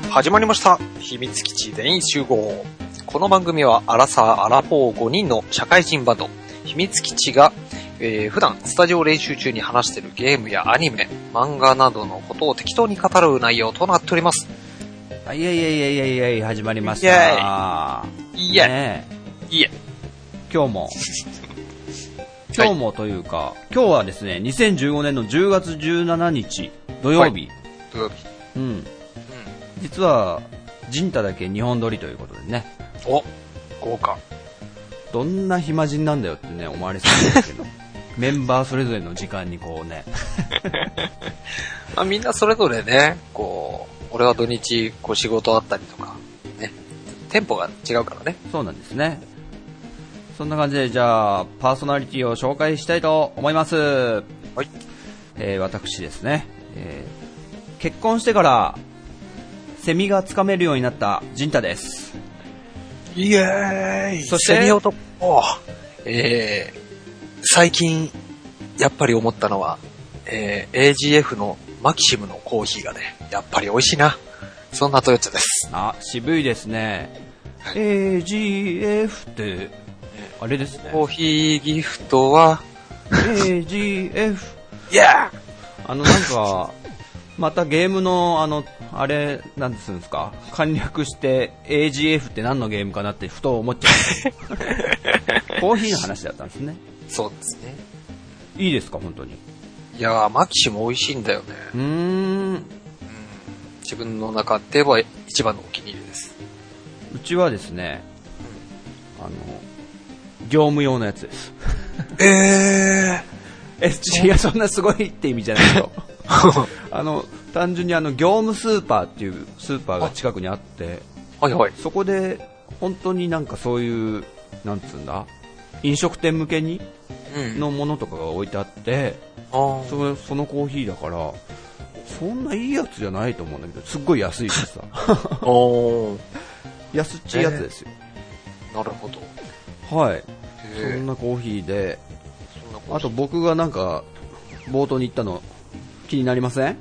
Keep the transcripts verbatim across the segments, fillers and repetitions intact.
始まりました。秘密基地全員集合。この番組はアラサー・アラフォーごにんの社会人バンド秘密基地が、えー、普段スタジオ練習中に話しているゲームやアニメ、漫画などのことを適当に語る内容となっております。 はい、いやいやいやいやいやいや始まりました。 いやねいや今日も今日もというか、はい、今日はですねにせんじゅうごねんのじゅうがつじゅうしちにち土曜日、はい、 土曜日、 うん、うん、実はジンタだけにほん撮りということでね。 お、豪華。 どんな暇人なんだよってね思われそうですけどメンバーそれぞれの時間にこうねまあ、みんなそれぞれね、こう俺は土日こう仕事あったりとかね、テンポが違うからね。 そうなんですね。そんな感じで、じゃあパーソナリティを紹介したいと思います。はい、えー、私ですね、えー、結婚してからセミがつかめるようになったジンタです。 イエーイ。 そしてセミ男、えー、最近やっぱり思ったのは、えー、エージーエフ のマキシムのコーヒーがね、やっぱり美味しいな。そんなトヨッチャです。 あ、渋いですね、はい、エージーエフ ってあれですね。 コーヒーギフトはエージーエフいやあのなんかまたゲームのあのあれなんですんですか、簡略して エージーエフ って何のゲームかなってふと思っちゃうコーヒーの話だったんですね。 そうですね。 いいですか本当に。 いやーマキシム美味しいんだよね。 うーん、うん、 自分の中では一番のお気に入りです。 うちはですね、うん、あの業務用のやつです。 えー、え、いやそんなすごいって意味じゃないけどあの単純にあの業務スーパーっていうスーパーが近くにあって、 はいはい、 そこで本当になんかそういうなんつうんだ飲食店向けにのものとかが置いてあって、うん、それそのコーヒーだからそんないいやつじゃないと思うんだけど、すっごい安いしさお安っちいやつですよ、 えー、なるほど。 はい、そんなコーヒーで、あと僕がなんか冒頭に言ったの気になりません？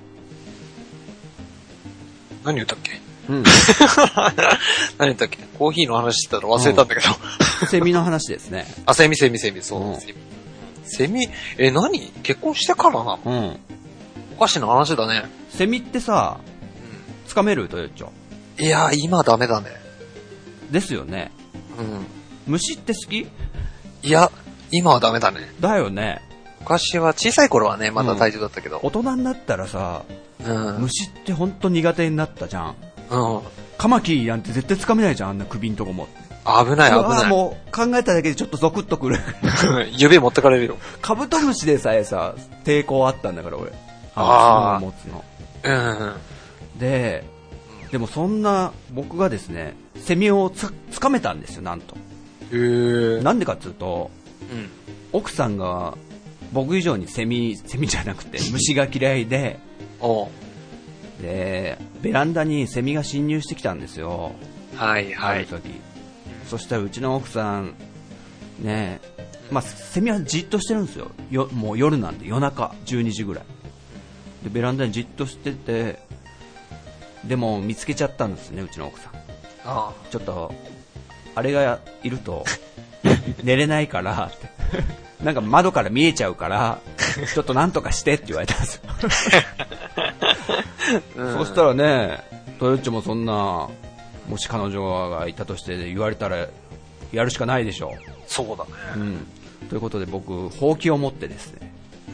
何言ったっけ？ うん、 何言ったっけ？コーヒーの話してたら忘れたんだけど、 うん、セミの話ですね。 あ、セミセミセミ、そう、うん、セミ。セミ、え、何？結婚してからなの？ うん。 おかしな話だね。 セミってさ、うん、つかめるとよっちょ。 いやー、今ダメだね。 ですよね。 うん。 虫って好き？ いや、今はダメだね。 だよね。 昔は小さい頃はね、まだ大丈夫だったけど、うん、 大人になったらさ、うん、虫ってほんと苦手になったじゃん。 うん。 カマキリなんて絶対つかめないじゃん、あんな首んとこも。 危ない危ない。 もう考えただけでちょっとゾクッとくる指持ってかれるよ。 カブトムシでさえさ抵抗あったんだから俺。ああ。持つの。 うん。 で、でもそんな僕がですね、セミをつ、つかめたんですよ、なんと。 へー。 なんでかっていうと、 うん、 奥さんが僕以上にセミ、セミじゃなくて虫が嫌いで、 おで、ベランダにセミが侵入してきたんですよ。 はいはい。 ある時。そしたらうちの奥さん、ね、まあ、セミはじっとしてるんですよ。よ、もう夜なんで夜中じゅうにじぐらい。で、ベランダにじっとしてて、でも見つけちゃったんですね、うちの奥さん。 ああ。 ちょっと、あれがいると寝れないからってなんか窓から見えちゃうからちょっとなんとかしてって言われたんですよ、うん、そしたらね、トヨッチョもそんな、もし彼女がいたとして言われたらやるしかないでしょ。 そうだね、 うん、ということで僕ほうきを持ってですね、うん、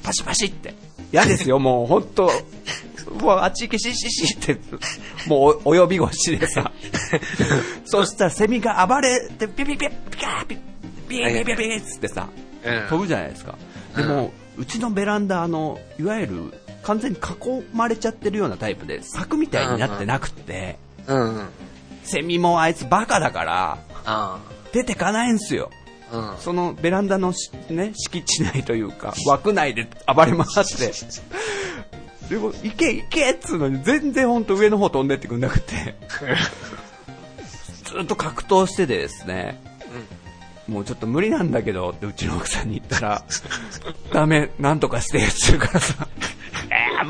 パシパシって嫌ですよもう本当もうあっち行けシシシってもうお呼び腰でさそしたらセミが暴れてピピピピカーピピピピピピつってさ、飛ぶじゃないですか。でもうちのベランダ、あのいわゆる完全に囲まれちゃってるようなタイプで柵みたいになってなくて、うんうん、セミもあいつバカだから出てかないんすよ、うん、そのベランダの、ね、敷地内というか枠内で暴れ回ってでも行け行けっつうのに全然本当上の方飛んでってくんなくてずっと格闘しててですね、うん、もうちょっと無理なんだけどってうちの奥さんに言ったらダメなんとかしてって言うからさえー、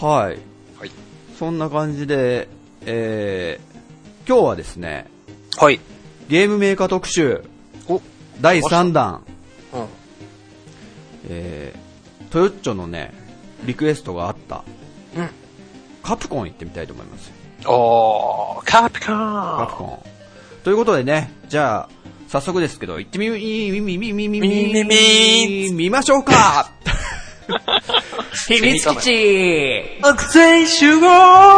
はい。 はい。 そんな感じで、えー、今日はですね、 はい。 ゲームメーカー特集、 おだいさんだん、 うん。 えー、トヨッチョのね、リクエストがあった、 うん。 カプコン行ってみたいと思います。 おー、カプコンカプコン。ということでね、じゃあ、早速ですけど、行ってみ、み、み、み、み、み、み、み、み、見ましょうか秘密基地悪全集合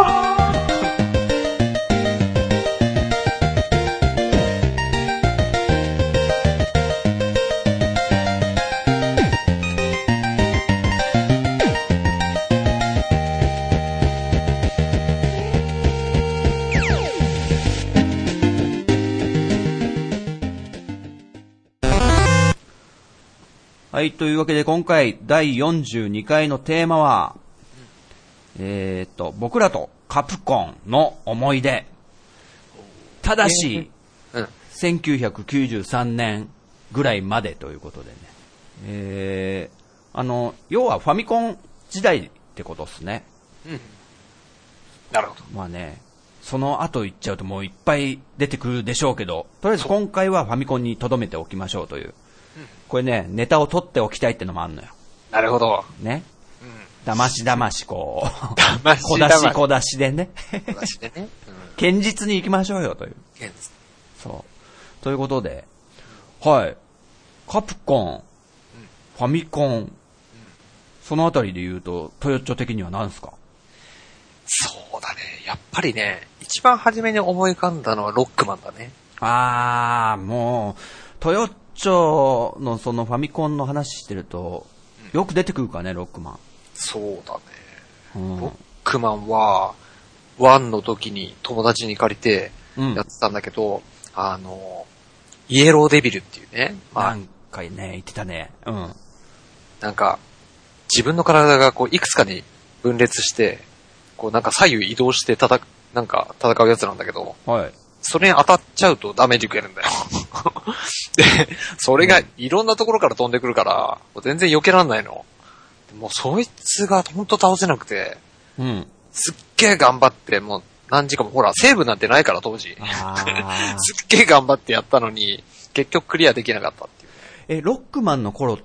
はい、というわけで今回だいよんじゅうにかいのテーマは、えーっと、僕らとカプコンの思い出。ただし、 うん。 せんきゅうひゃくきゅうじゅうさんねんぐらいまでということでね。えー、あの、要はファミコン時代ってことですね。 うん。なるほど。 まあね、その後行っちゃうともういっぱい出てくるでしょうけど、とりあえず今回はファミコンに留めておきましょうという。これね、ネタを取っておきたいってのもあるのよ。 なるほど。 ね。 うん。 だましだましこう。 だまし小だまし。 出し小出しでね。 小出しでね。うん。 堅実に行きましょうよという。 現実。 そう。ということで、はい。カプコン、ファミコン、そのあたりで言うと、トヨッチョ的には何すか？ そうだね。やっぱりね、一番初めに思い浮かんだのはロックマンだね。 あー、もう、トヨッチョのそのファミコンの話してると、よく出てくるからね、ロックマン。 そうだね。 うん、 ロックマンは、ワンの時に友達に借りてうんやってたんだけど、あの、イエローデビルっていうね、まあ、 なんかね、言ってたね。うん。 なんか、自分の体がこういくつかに分裂して、こうなんか左右移動して戦、なんか戦うやつなんだけど、 はい。 それに当たっちゃうとダメージ受けるんだよ。で、それがいろんなところから飛んでくるから、全然避けらんないの。もうそいつがほんと倒せなくて、 うん。 すっげえ頑張って、もう何時間も、ほら、セーブなんてないから当時。 あすっげえ頑張ってやったのに、結局クリアできなかったっていう。 え、ロックマンの頃って、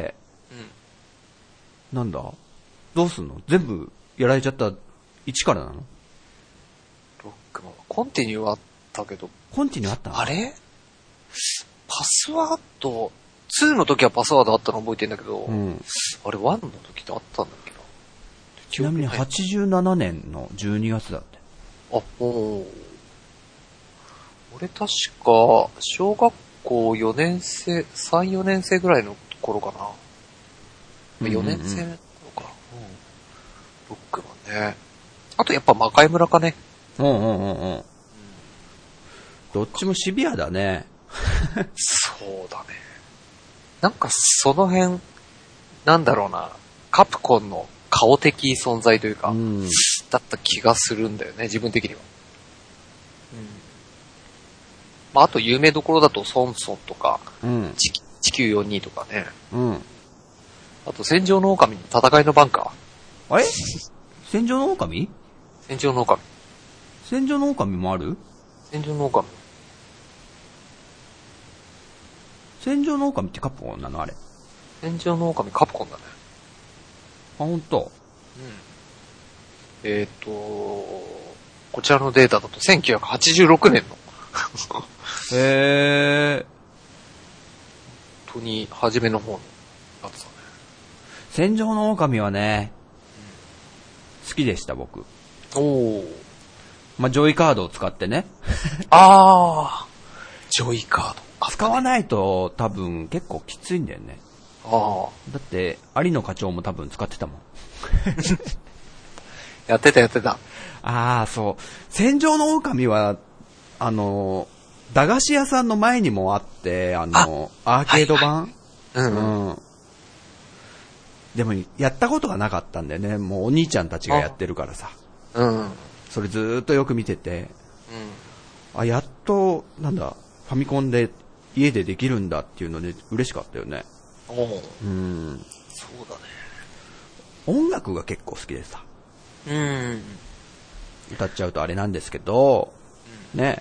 うん。 なんだどうすんの？全部やられちゃった一からなの？ ロックマン、コンティニューはあったけど、 コンティニューあったの？ あれパスワード、ツーの時はパスワードあったの覚えてんだけど、 うん。 あれワンの時ってあったんだっけな。 ちなみにはちじゅうななねんのじゅうにがつだって。 あ、おー。俺確か、小学校よねん生、さん、よねん生ぐらいの頃かな。よねん生の頃か。うん。ロックマンね。あとやっぱ魔界村かね。 うんうんうんうん。どっちもシビアだね。 そうだね。なんかその辺、なんだろうな、カプコンの顔的存在というか、うん、だった気がするんだよね、自分的には。うん。まあ、あと有名どころだとソンソンとか、うん、地球よんじゅうにとかね。うん。あと戦場の狼の戦いのバンカー。あれ戦場の狼？ 戦場の狼。 戦場の狼もある？ 戦場の狼。 戦場の狼ってカプコンなのあれ？ 戦場の狼カプコンだね。 あ、ほんと？うん。 えっ、ー、と、こちらのデータだとせんきゅうひゃくはちじゅうろくねんの。 へー。 本当に初めの方のやつだね。 戦場の狼はね、うん、好きでした僕。 おー。 まあ、ジョイカードを使ってね。 あー。ジョイカード。 使わないと多分結構きついんだよね。 ああ。 だって、有野課長も多分使ってたもん。 やってたやってた。 ああ、そう。戦場の狼は、あの、駄菓子屋さんの前にもあって、あの、あアーケード版、はいはい、うん、うん。でも、やったことがなかったんだよね。もうお兄ちゃんたちがやってるからさ。うん。それずーっとよく見てて、うん。あ、やっと、なんだ、ファミコンで家でできるんだっていうので嬉しかったよね。 おう。 うん。 そうだね。 音楽が結構好きでさ。 うん。 歌っちゃうとあれなんですけど、うん、ね。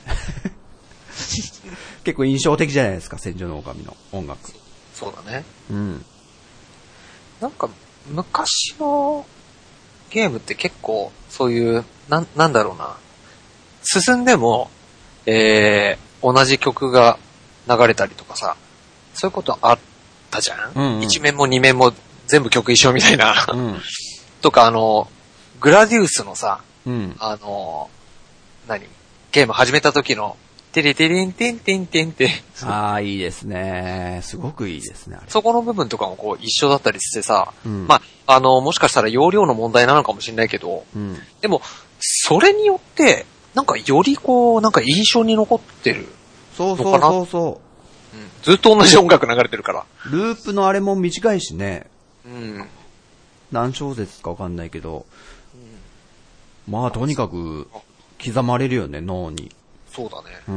結構印象的じゃないですか、戦場の狼の音楽。 そうだね。 うん。 なんか、昔のゲームって結構、そういう、なん、なんだろうな。進んでも、えー、同じ曲が流れたりとかさ、そういうことあったじゃん、うんうん、一面も二面も全部曲一緒みたいな。うん、とか、あの、グラディウスのさ、うん、あの、何ゲーム始めた時の、テレテレンテンテンテンテン。 ああ、いいですね。すごくいいですね。あれそこの部分とかもこう一緒だったりしてさ、うん、まあ、あの、もしかしたら容量の問題なのかもしれないけど、うん、でも、それによって、なんかよりこう、なんか印象に残ってるのかな。 そうそうそうそう、 うん。ずっと同じ音楽流れてるから。 ループのあれも短いしね。うん。何小節かわかんないけど、うん、まあとにかく刻まれるよね、脳に。 そうだね。 うん。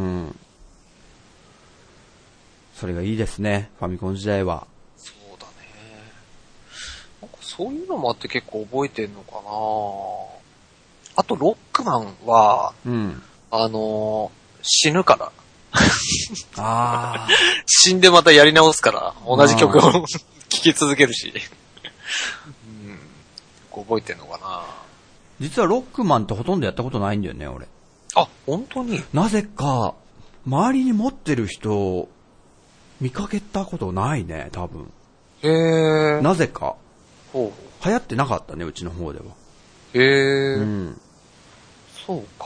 それがいいですね、ファミコン時代は。 そうだね。なんかそういうのもあって結構覚えてんのかな。あと、ロックマンは、うん、あのー、死ぬから。 あ死んでまたやり直すから、同じ曲を聴き続けるし。うん、覚えてんのかな。 実はロックマンってほとんどやったことないんだよね、俺。 あ、本当に？ なぜか、周りに持ってる人、見かけたことないね、多分。 へー。 なぜか。 ほう。流行ってなかったね、うちの方では。 へー。うん。そうか。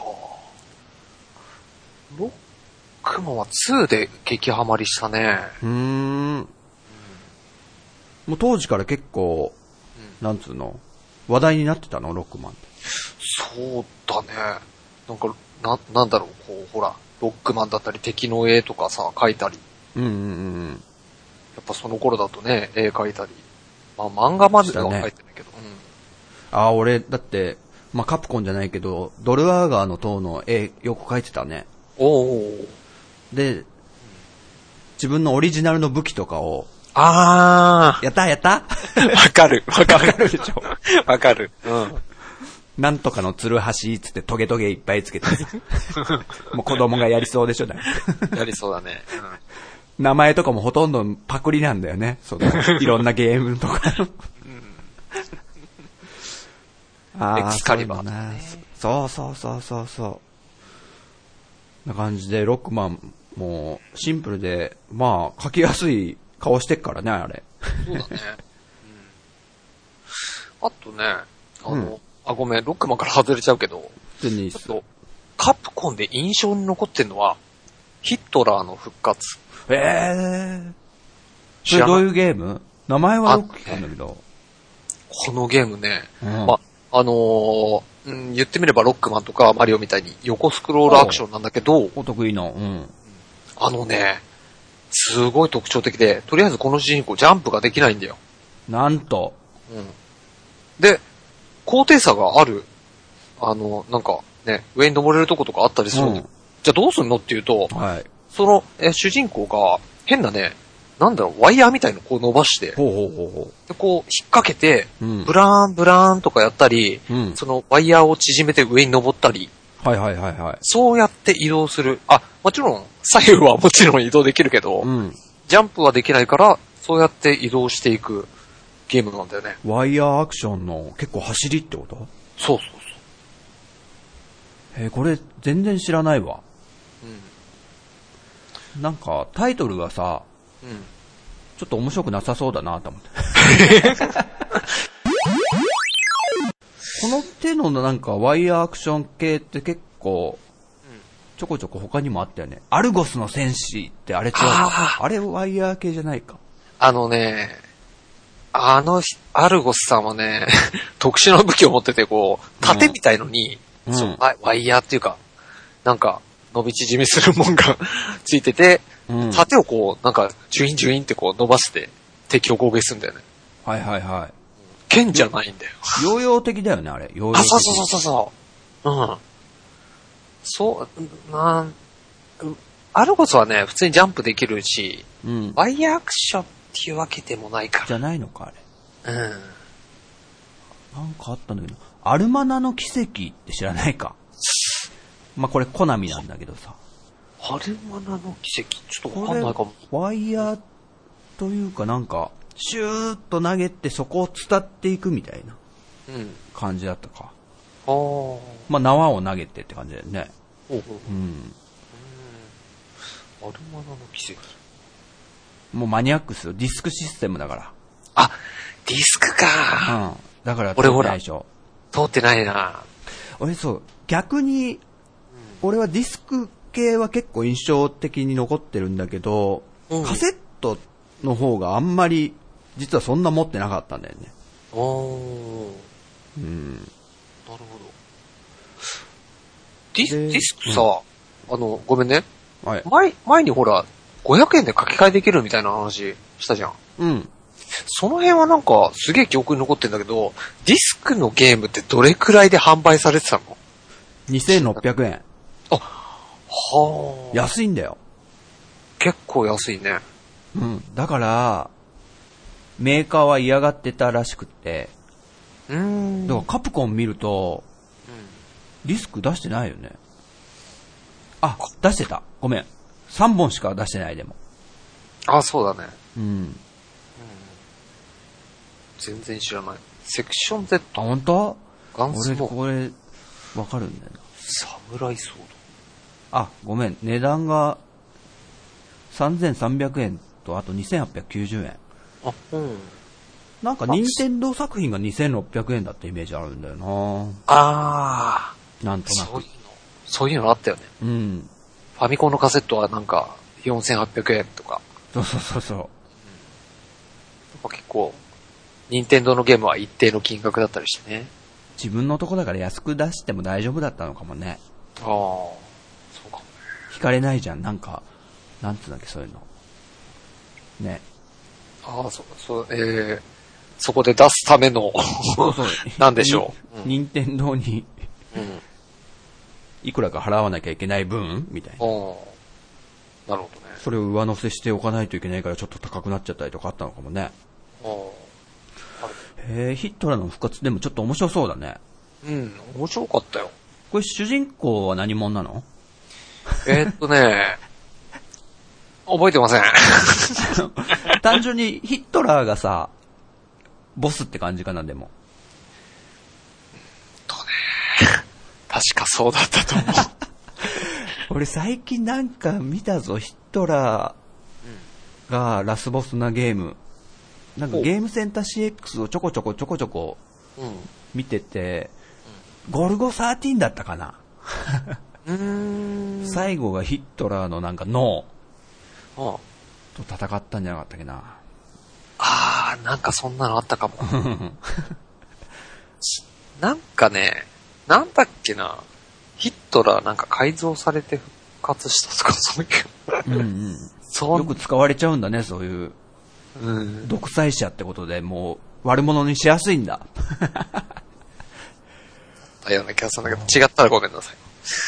ロックマンはツーで激ハマりしたね。 うーん。うん、もう当時から結構、うん、なんつうの、話題になってたの、ロックマンって。 そうだね。なんか、な、なんだろう、こう、ほら、ロックマンだったり敵の絵とかさ、描いたり。 うんうんうん。 やっぱその頃だとね、絵描いたり。まあ漫画までは描いてないけど。ね、うん。 ああ、俺、だって、まあカプコンじゃないけど、ドルアーガーの塔の絵よく描いてたね。 おー。 で、自分のオリジナルの武器とかを、 あー。やったやったわかる。わかる。 わかるでしょ。 わかる。うん。 なんとかのツルハシつってトゲトゲいっぱいつけてもう子供がやりそうでしょ。 やりそうだね、 うん、名前とかもほとんどパクリなんだよね、そのいろんなゲームとかの、うん、あエクスカリバー、ね、 そうそうそうそうそうな感じで、ロックマンもシンプルでまあ描きやすい顔してっからね、あれ。 そうだね、うん、あとね、あの、うん、あ、ごめん、ロックマンから外れちゃうけど、 全然いいっす。 カプコンで印象に残ってんのは、ヒットラーの復活。 えー。それどういうゲーム？名前はよく聞くんだけど。 このゲームね、うん、ま、あのーうん、言ってみればロックマンとかマリオみたいに横スクロールアクションなんだけど、 お得意の、うん。 あのね、すごい特徴的で、とりあえずこの主人公ジャンプができないんだよ。 なんと。 うん。で、高低差がある、あの、なんかね、上に登れるとことかあったりする、うん、じゃあどうすんのっていうと、 はい、 そのえ主人公が変なね、なんだろう、ワイヤーみたいのこう伸ばして、 ほうほうほうほうでこう引っ掛けて、うん、ブラーンブラーンとかやったり、うん、そのワイヤーを縮めて上に登ったり、 はいはいはいはい、 そうやって移動する。あ、もちろん左右はもちろん移動できるけど、うん、ジャンプはできないからそうやって移動していくゲームなんだよね。 ワイヤーアクションの結構走りってこと？ そうそうそう。 えー、これ全然知らないわ。うん。なんかタイトルがさ、うん、ちょっと面白くなさそうだなと思って。この手のなんかワイヤーアクション系って結構、うん、ちょこちょこ他にもあったよね。アルゴスの戦士ってあれ違うか？あれワイヤー系じゃないか？ あのね、あのアルゴスさんはね、特殊な武器を持っててこう盾みたいのに、うんそう、ワイヤーっていうか、なんか、伸び縮みするもんがついてて、うん、盾をこう、なんか、ジュインジュインってこう伸ばして敵を攻撃するんだよね。 はいはいはい。 剣じゃないんだよ。 ヨーヨー的だよね、あれ。ヨーヨー的。 あ、そうそうそうそう。うん。そう、なん、アルゴスはね、普通にジャンプできるし、うん、ワイヤーアクションっていうわけでもないから。 じゃないのか、あれ。 うん。 なんかあったんだけど。 アルマナの奇跡って知らないか。まあ、これコナミなんだけどさ。 アルマナの奇跡ちょっとわかんないかも。 ワイヤーというかなんか、シューッと投げてそこを伝っていくみたいな感じだったか。 うん、ああ。 まあ、縄を投げてって感じだよね。 ほうほうほう。 うん。うん。 アルマナの奇跡。 もうマニアックスよ。ディスクシステムだから。 あ、ディスクか。 うん。だから、 俺ほら、 通ってないな。 俺そう、逆に、俺はディスク系は結構印象的に残ってるんだけど、うん、カセットの方があんまり、実はそんな持ってなかったんだよね。 おー。 うん。 なるほど。ディス、ディスクさ、うん、あの、ごめんね。はい。前、前にほら、ごひゃくえんで書き換えできるみたいな話したじゃん。 うん。 その辺はなんか、すげえ記憶に残ってんだけど、ディスクのゲームってどれくらいで販売されてたの？ にせんろっぴゃくえん。 あ、はぁ。安いんだよ。 結構安いね。 うん。だから、メーカーは嫌がってたらしくって。 うーん。 だからカプコン見ると、うん、ディスク出してないよね。あ、出してた。ごめん。さんぼんしか出してないでも。 あ、そうだね。 うん。うん、 全然知らない。セクション Z。 あ、本当？ ガンスモーク。 俺、これ、わかるんだよな。 サムライソード。 あ、ごめん。値段が、さんぜんさんびゃくえんと、あとにせんはっぴゃくきゅうじゅうえん。 あ、うん。 なんか、任天堂作品がにせんろっぴゃくえんだったイメージあるんだよな。 あー。 なんとなく。 そういうの、そういうのあったよね。 うん。 ファミコンのカセットはなんか、よんせんはっぴゃくえんとか。 そうそうそうそう。うん、 結構、任天堂のゲームは一定の金額だったりしてね。 自分のとこだから安く出しても大丈夫だったのかもね。 ああ、そうかもね。 引かれないじゃん、なんか、なんつうんだっけ、そういうの。ね。 ああ、そう、そう、えー、そこで出すための、そうそうなんでしょう。うん、任天堂に、うん、いくらか払わなきゃいけない分みたいな。 ああ、なるほどね。 それを上乗せしておかないといけないからちょっと高くなっちゃったりとかあったのかもね。 ああ。 へえ、ヒットラーの復活でもちょっと面白そうだね。 うん、面白かったよ。 これ主人公は何者なの？ えー、っとね、覚えてません。 単純にヒットラーがさ、ボスって感じかな、でも。 とね、確かそうだったと思う。 俺最近なんか見たぞ、ヒットラーがラスボスなゲーム。なんかゲームセンター シーエックス をちょこちょこちょこちょこ見てて、うん、ゴルゴじゅうさんだったかな。 うーん、 最後がヒットラーのなんか脳と戦ったんじゃなかったっけな。 あー、なんかそんなのあったかも。なんかね、なんだっけな、ヒットラーなんか改造されて復活したとかそういう。うんうん。 そうよく使われちゃうんだね、そういう。うん、独裁者ってことでもう悪者にしやすいんだ。 だような気がするんだけど、違ったらごめんなさい。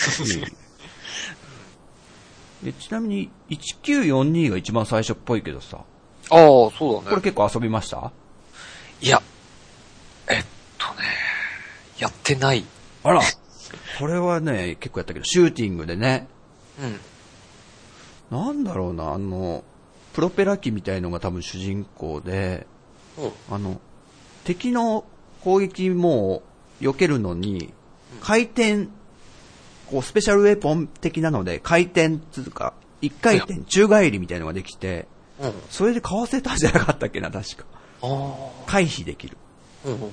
えちなみにいちきゅうよんにが一番最初っぽいけどさ。 ああ、そうだね。 これ結構遊びました？ いや、えっとね、やってない。 あら、これはね、結構やったけど、シューティングでね。うん。なんだろうな、あの、プロペラ機みたいのが多分主人公で、うん、あの、敵の攻撃も避けるのに、回転、こうスペシャルウェポン的なので、回転つうか、一回転、宙返りみたいのができて、うん、それでかわせたんじゃなかったっけな、確か。あ回避できる。うんうん。うんうん、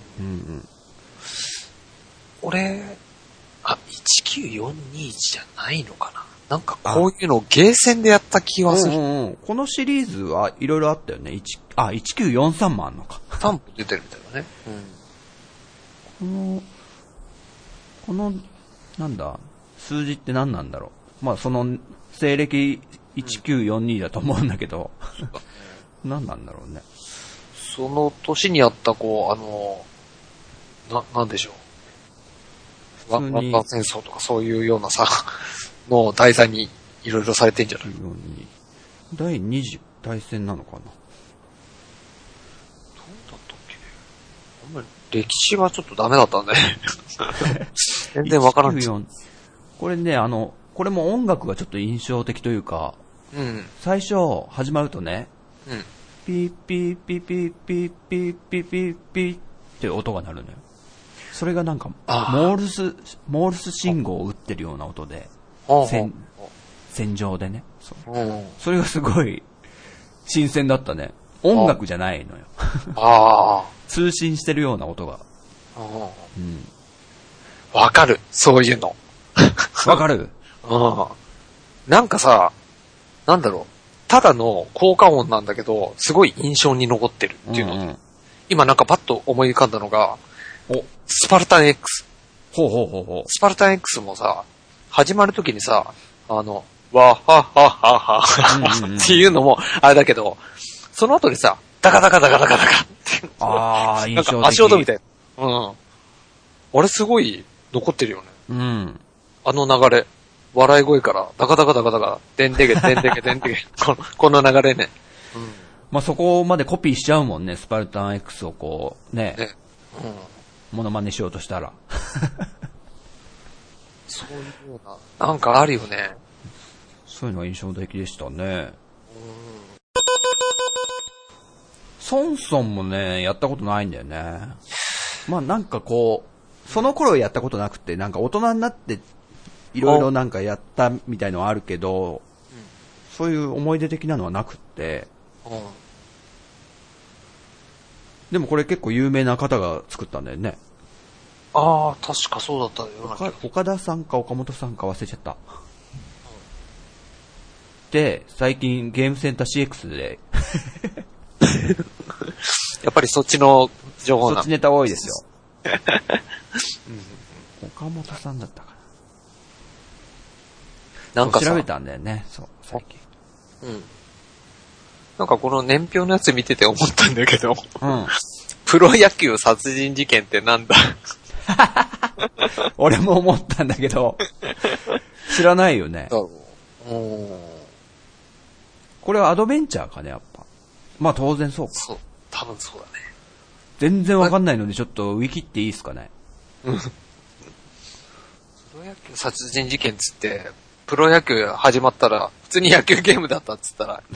俺、あ、いちきゅうよんにいちじゃないのかな。なんかこういうのをゲーセンでやった気がする。 うんうんうん、このシリーズはいろいろあったよね。あ、いちきゅうよんさんもあんのか。 タンプ出てるみたいだね。 うん、この、この、なんだ、数字って何なんだろう。まあその、西暦いちきゅうよんにだと思うんだけど、うん、何なんだろうね。 その年にあったこう、あの、な、なんでしょう。ワンパン戦争とかそういうようなさ、の題材にいろいろされてんじゃない？ 第二次大戦なのかな？どうだったっけね。あんまり歴史がちょっとダメだったんで。全然わからん。 これね、あの、これも音楽がちょっと印象的というか、 うん、 最初始まるとね、 うん、 ピーピーピーピーピーピーピーピーピーって音が鳴るのよ。それがなんかモールスモールス信号を打ってるような音で、線線上でね、そう。それがすごい新鮮だったね。音楽じゃないのよ。 あ通信してるような音が。 うん。わかる、そういうの。 わかる。 うん。なんかさ、なんだろう。ただの効果音なんだけど、すごい印象に残ってるっていうの。うんうん、今なんかパッと思い浮かんだのが、お、スパルタン X。 ほうほうほうほう。 スパルタン X もさ、始まるときにさ、あの、わはははははっていうのもあれだけど、その後にさ、ダカダカダカダカダカって。 ああ、印象的。 なんか足音みたいな。うん。あれすごい残ってるよね。 うん。 あの流れ。笑い声から、ダカダカダカダカ、でんでけ、でんでけ、でんでけ。この、この流れね。 うん。まあ、そこまでコピーしちゃうもんね、スパルタン X をこう、ね。ね。うん。モノマネしようとしたら。 そういうような、なんかあるよね。 そういうのが印象的でしたね。うん。ソンソンもね、やったことないんだよね。まあなんかこう、その頃やったことなくて、なんか大人になって、いろいろなんかやったみたいのはあるけど、うん、そういう思い出的なのはなくって、うん、でもこれ結構有名な方が作ったんだよね。 ああ、確かそうだったよな。 岡田さんか岡本さんか忘れちゃった。うん、で、最近ゲームセンター シーエックス で、 やっぱりそっちの情報なの。 そっちネタ多いですよ。うん、岡本さんだったかな。なんか調べたんだよね、そう、最近。 うん。なんかこの年表のやつ見てて思ったんだけど、うん。プロ野球殺人事件ってなんだ俺も思ったんだけど、知らないよね。 うん。 これはアドベンチャーかね、やっぱ。まあ当然そうか。 そう、多分そうだね。 全然わかんないのでちょっとウィキっていいですかね。 プロ野球殺人事件つって、プロ野球始まったら、普通に野球ゲームだったっつったら、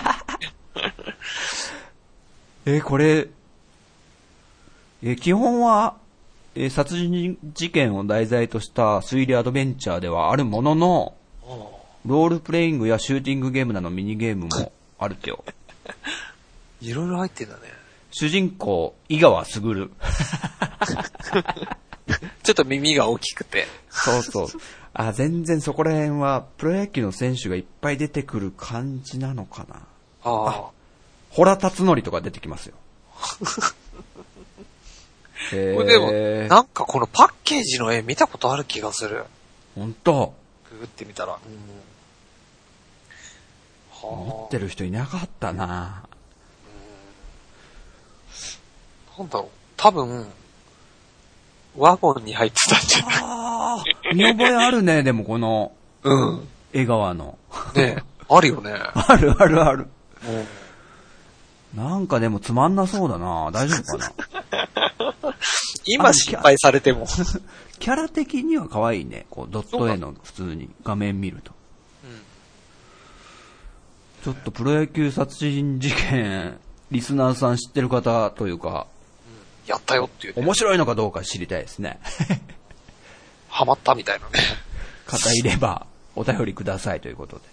ええ、これ、え、基本は、え、殺人事件を題材とした推理アドベンチャーではあるものの、ロールプレイングやシューティングゲームなどのミニゲームもあるってよ。 いろいろ入ってんだね。 主人公、井川卓。 ちょっと耳が大きくて。 そうそう。あ、全然そこら辺は、プロ野球の選手がいっぱい出てくる感じなのかな。 ああ。 洞辰徳とか出てきますよ。 へこれでも、なんかこのパッケージの絵見たことある気がする。 ほんと？ ググってみたら。うん、 持ってる人いなかったな。 うん、なんだろう。多分、ワゴンに入ってたんじゃない？ ああ、見覚えあるね、でもこの、 うん。 江川の。 ねあるよね。 あるあるある。うん、なんかでもつまんなそうだな。大丈夫かな。 今心配されても。 キャラ的には可愛いね。こうドット絵の普通に画面見ると。うん、ちょっとプロ野球殺人事件、リスナーさん知ってる方というか、 うん、やったよっていう、ね。 面白いのかどうか知りたいですね。 ハマったみたいなね。 方いればお便りくださいということで。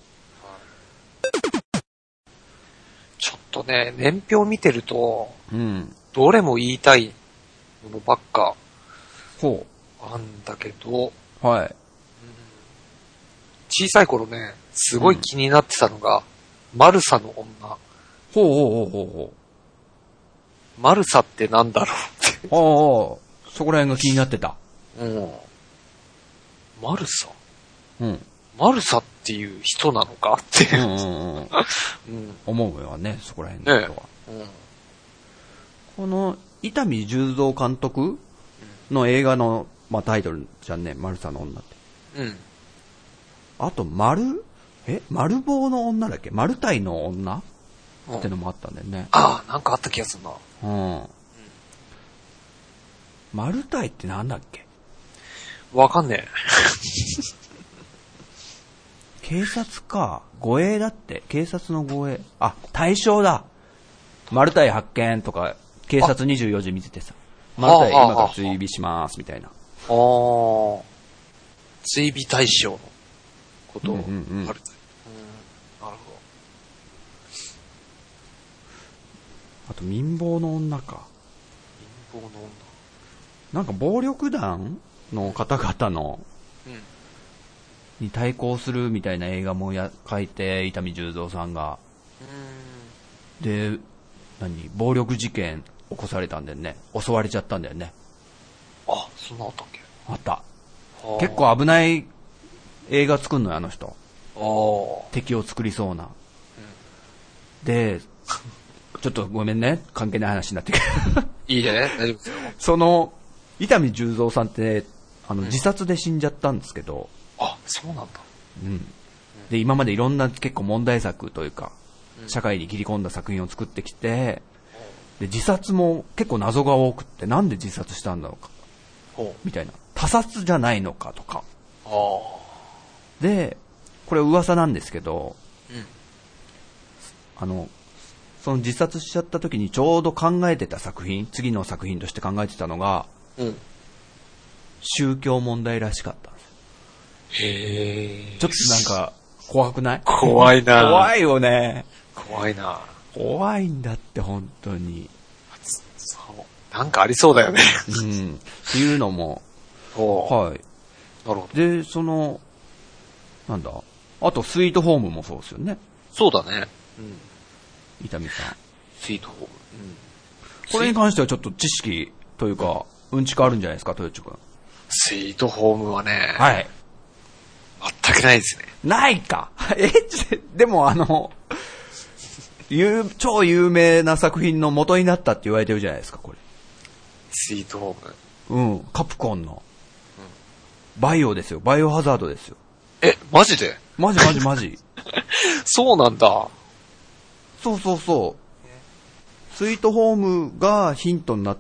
ちょっとね、年表見てると、 うん、 どれも言いたいものばっか、 ほう、あんだけど、 はい、うん。 小さい頃ね、すごい気になってたのが、うん、マルサの女。 ほうほうほうほうほう。マルサってなんだろうって。 ほう、そこら辺が気になってた。 うん。マルサ？ うん。 マルサっていう人なのかっていう。うんうんうんうん、 思うよね、そこら辺の人は。ね、うん、この、伊丹十三監督の映画の、まあ、タイトルじゃんね、マルサの女って。うん。あと、丸、え丸棒の女だっけ？丸体の女、うん、ってのもあったんだよね。 ああ、なんかあった気がするな。 うん。 マルタイってなんだっけ？ わかんねえ。 警察か。護衛だって。警察の護衛。あ、対象だ。マルタイ発見とか、警察にじゅうよじ見ててさ。マルタイ今から追尾しますみたいな。 あー。追尾対象のことを、うんうんうん、マルタイ。うん、なるほど。 あと民放の女か。 民放の女。 なんか暴力団の方々の、うん、に対抗するみたいな映画もや書いて、伊丹十三さんが。うんで、何暴力事件起こされたんだよね。襲われちゃったんだよね。 あ、そんなあったっけ？ あった。結構危ない映画作んのよ、あの人。敵を作りそうな。うん、で、ちょっとごめんね、関係ない話になってくる。 いいね、大丈夫ですよ。 その、伊丹十三さんって、あの、自殺で死んじゃったんですけど。 うん、あ、そうなんだ。 うん。で、今までいろんな結構問題作というか、うん、社会に切り込んだ作品を作ってきて、で、自殺も結構謎が多くって、なんで自殺したんだろうか。みたいな。他殺じゃないのかとか。あで、これ噂なんですけど、うん、あの、その自殺しちゃった時にちょうど考えてた作品、次の作品として考えてたのが、うん、宗教問題らしかったんです。 へー。 ちょっとなんか怖くない？ 怖いな。 怖いよね。 怖いな。 怖いんだって本当に。 そう。なんかありそうだよね。 うん。っていうのも、はい。 なるほど。 で、その、なんだあとスイートホームもそうですよね。 そうだね。うん。 伊丹さん。 スイートホーム。うん。 これに関してはちょっと知識というか、うんちくあるんじゃないですか、豊地君。 スイートホームはね。 はい。 全くないですね。 ないか。え、でもあの、有超有名な作品の元になったって言われてるじゃないですか、これ。 スイートホーム。 うん、カプコンの。うん、バイオですよ、バイオハザードですよ。 え、マジで？ マジマジマジ。 そうなんだ。 そうそうそう。スイートホームがヒントになって、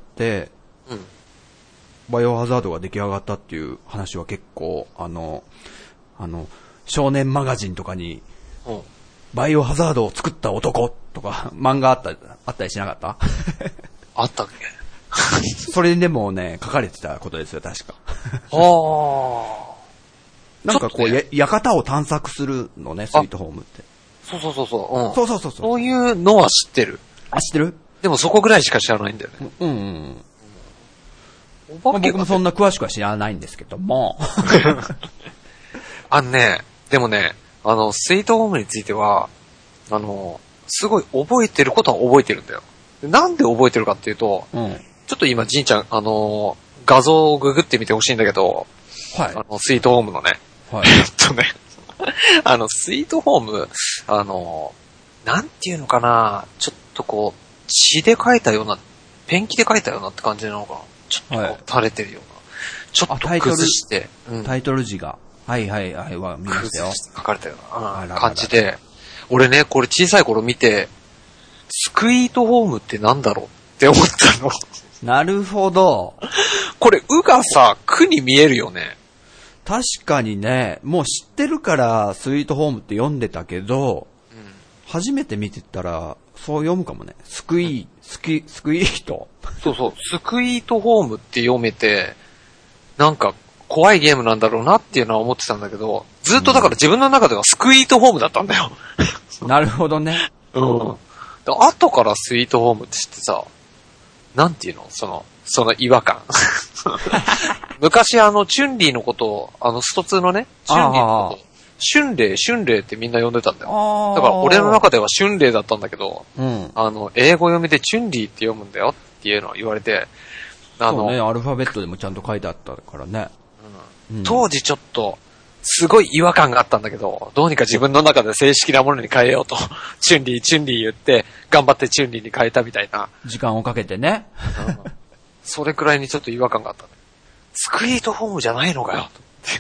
うん、バイオハザードが出来上がったっていう話は結構、あの、あの、少年マガジンとかに、うん、バイオハザードを作った男とか、漫画あった、あったりしなかったあったっけそれでもね、書かれてたことですよ、確か。 はあ。 なんかこう、ね、や、館を探索するのね、スイートホームって。 そうそうそうそう。うん、 そうそうそうそう。 そういうのは知ってる。 あ、知ってる？ でもそこぐらいしか知らないんだよね。 うんうんうん。お化けが、まあ、僕もそんな詳しくは知らないんですけども。 あのね、でもね、あの、スイートホームについては、あの、すごい覚えてることは覚えてるんだよ。なんで覚えてるかっていうと、うん、ちょっと今、じんちゃん、あの、画像をググってみてほしいんだけど、はい。あの、スイートホームのね。はい。えっとね、あの、スイートホーム、あの、なんていうのかな、ちょっとこう、血で描いたような、ペンキで描いたようなって感じなのかな。ちょっとこう、はい、垂れてるような。ちょっと崩して、 うん、タイトル字が。はいはいはい、は見ましたよ。 書かれたような感じで、俺ね、これ小さい頃見て、スクイートホームってなんだろうって思ったの。 なるほど。 これ、うがさ、くに見えるよね。 確かにね、もう知ってるからスイートホームって読んでたけど、うん、初めて見てたら、そう読むかもね。スクイー、スキ、スクイート。 そうそう、スクイートホームって読めて、なんか、怖いゲームなんだろうなっていうのは思ってたんだけど、ずっとだから自分の中ではスクイートホームだったんだよ。 なるほどね。 うん。後からスイートホームって知ってさ、なんていうのその、その違和感。昔あの、チュンリーのことを、あの、ストツーのね、チュンリーのことを、春麗、春麗ってみんな呼んでたんだよ。だから俺の中では春麗だったんだけど、うん、あの、英語読みでチュンリーって読むんだよっていうのを言われて、 あの、そうね、アルファベットでもちゃんと書いてあったからね。 うん、当時ちょっと、すごい違和感があったんだけど、どうにか自分の中で正式なものに変えようと、チュンリー、チュンリー言って、頑張ってチュンリーに変えたみたいな。 時間をかけてね。 うん、それくらいにちょっと違和感があった、ね。スクイートホームじゃないのかよ。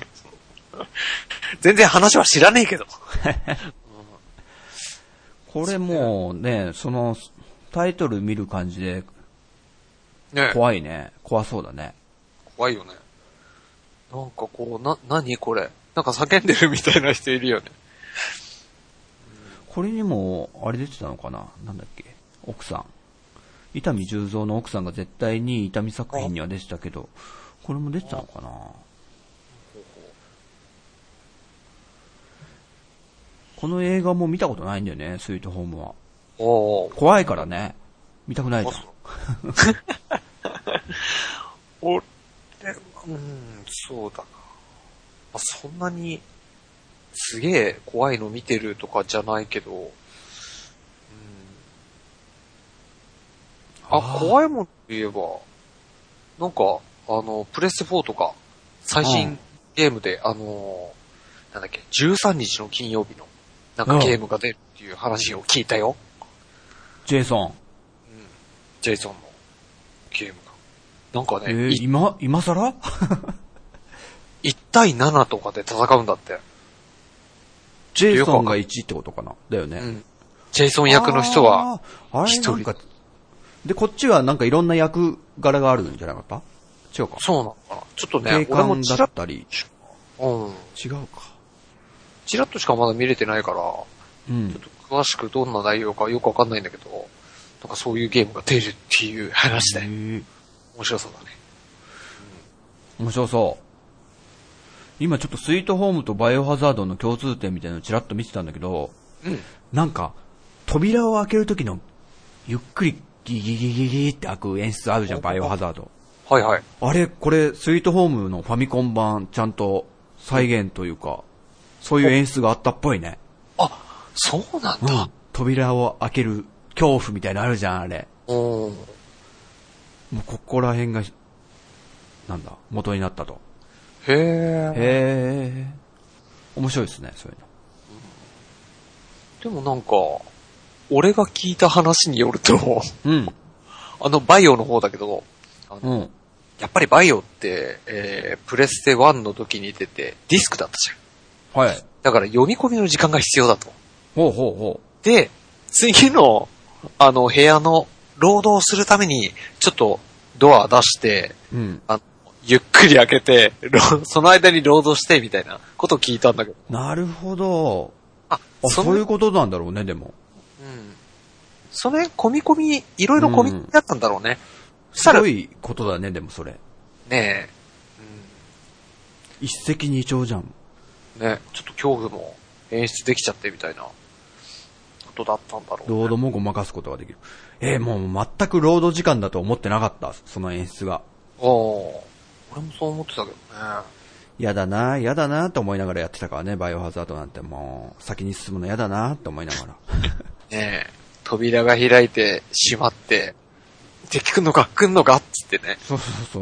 全然話は知らねえけど。 これもうね、そのタイトル見る感じで、怖いね。怖そうだね。 怖いよね。なんかこう、な、なにこれ。なんか叫んでるみたいな人いるよね。 これにも、あれ出てたのかな、なんだっけ、奥さん。伊丹十三の奥さんが絶対に伊丹作品には出てたけど、これも出てたのかな。この映画も見たことないんだよね、スイートホームは。 お怖いからね。見たくないじゃん。 俺、うん、そうだな。そんなに、すげえ怖いの見てるとかじゃないけど、うん、あ、 あ怖いもんといえば、なんか、あの、プレステフォーとか、最新ゲームで、あの、なんだっけ、じゅうさんにちの金曜日の、なんかゲームが出るっていう話を聞いたよ。 ジェイソン。 うん。ジェイソンのゲームが。なんかね、 えー、今、今更いち対ななとかで戦うんだって。 ジェイソンがいちってことかなだよね。 うん。ジェイソン役の人は、一人。 で、こっちはなんかいろんな役柄があるんじゃなかった違うか。 そうなのかな。ちょっとね、 警官だったり。 うん。 違うか。 チラッとしかまだ見れてないから、うん。ちょっと詳しくどんな内容かよくわかんないんだけど、なんかそういうゲームが出るっていう話で。面白そうだね。 うん、面白そう。今ちょっとスイートホームとバイオハザードの共通点みたいなのをチラッと見てたんだけど、うん、なんか、扉を開けるときの、ゆっくりギギギギギって開く演出あるじゃん、バイオハザード。 はいはい。 あれ、これ、スイートホームのファミコン版、ちゃんと再現というか、そういう演出があったっぽいね。 あ、そうなんだ。うん、 扉を開ける恐怖みたいなのあるじゃん、あれ。 うん。もうここら辺が、なんだ、元になったと。 へー。 へー。面白いですね、そういうの。 でもなんか、俺が聞いた話によると、 うん。 あのバイオの方だけど、あの、 うん、 やっぱりバイオって、えー、プレステワンの時に出てディスクだったじゃん。 はい。 だから読み込みの時間が必要だと。 ほうほうほう。で、次の、あの、部屋の労働するために、ちょっとドア出して、 うん、 あゆっくり開けて、その間に労働してみたいなことを聞いたんだけど。 なるほど。 あ、 あそういうことなんだろうね、でも。 うん。それ、込み込み、いろいろ込み込みだったんだろうね。 うん、すごいことだね、でもそれ。 ねえ。 うん、一石二鳥じゃん。 ね、ちょっと恐怖も演出できちゃってみたいなことだったんだろうね。 ロードもごまかすことができる。えー、もう全くロード時間だと思ってなかった、その演出が。 おー。俺もそう思ってたけどね。 やだな、やだなと思いながらやってたからね、バイオハザードなんてもう、先に進むのやだなと思いながら。 ねえ、扉が開いて、閉まって、敵来んのか来んのかっつってね。 そうそうそう。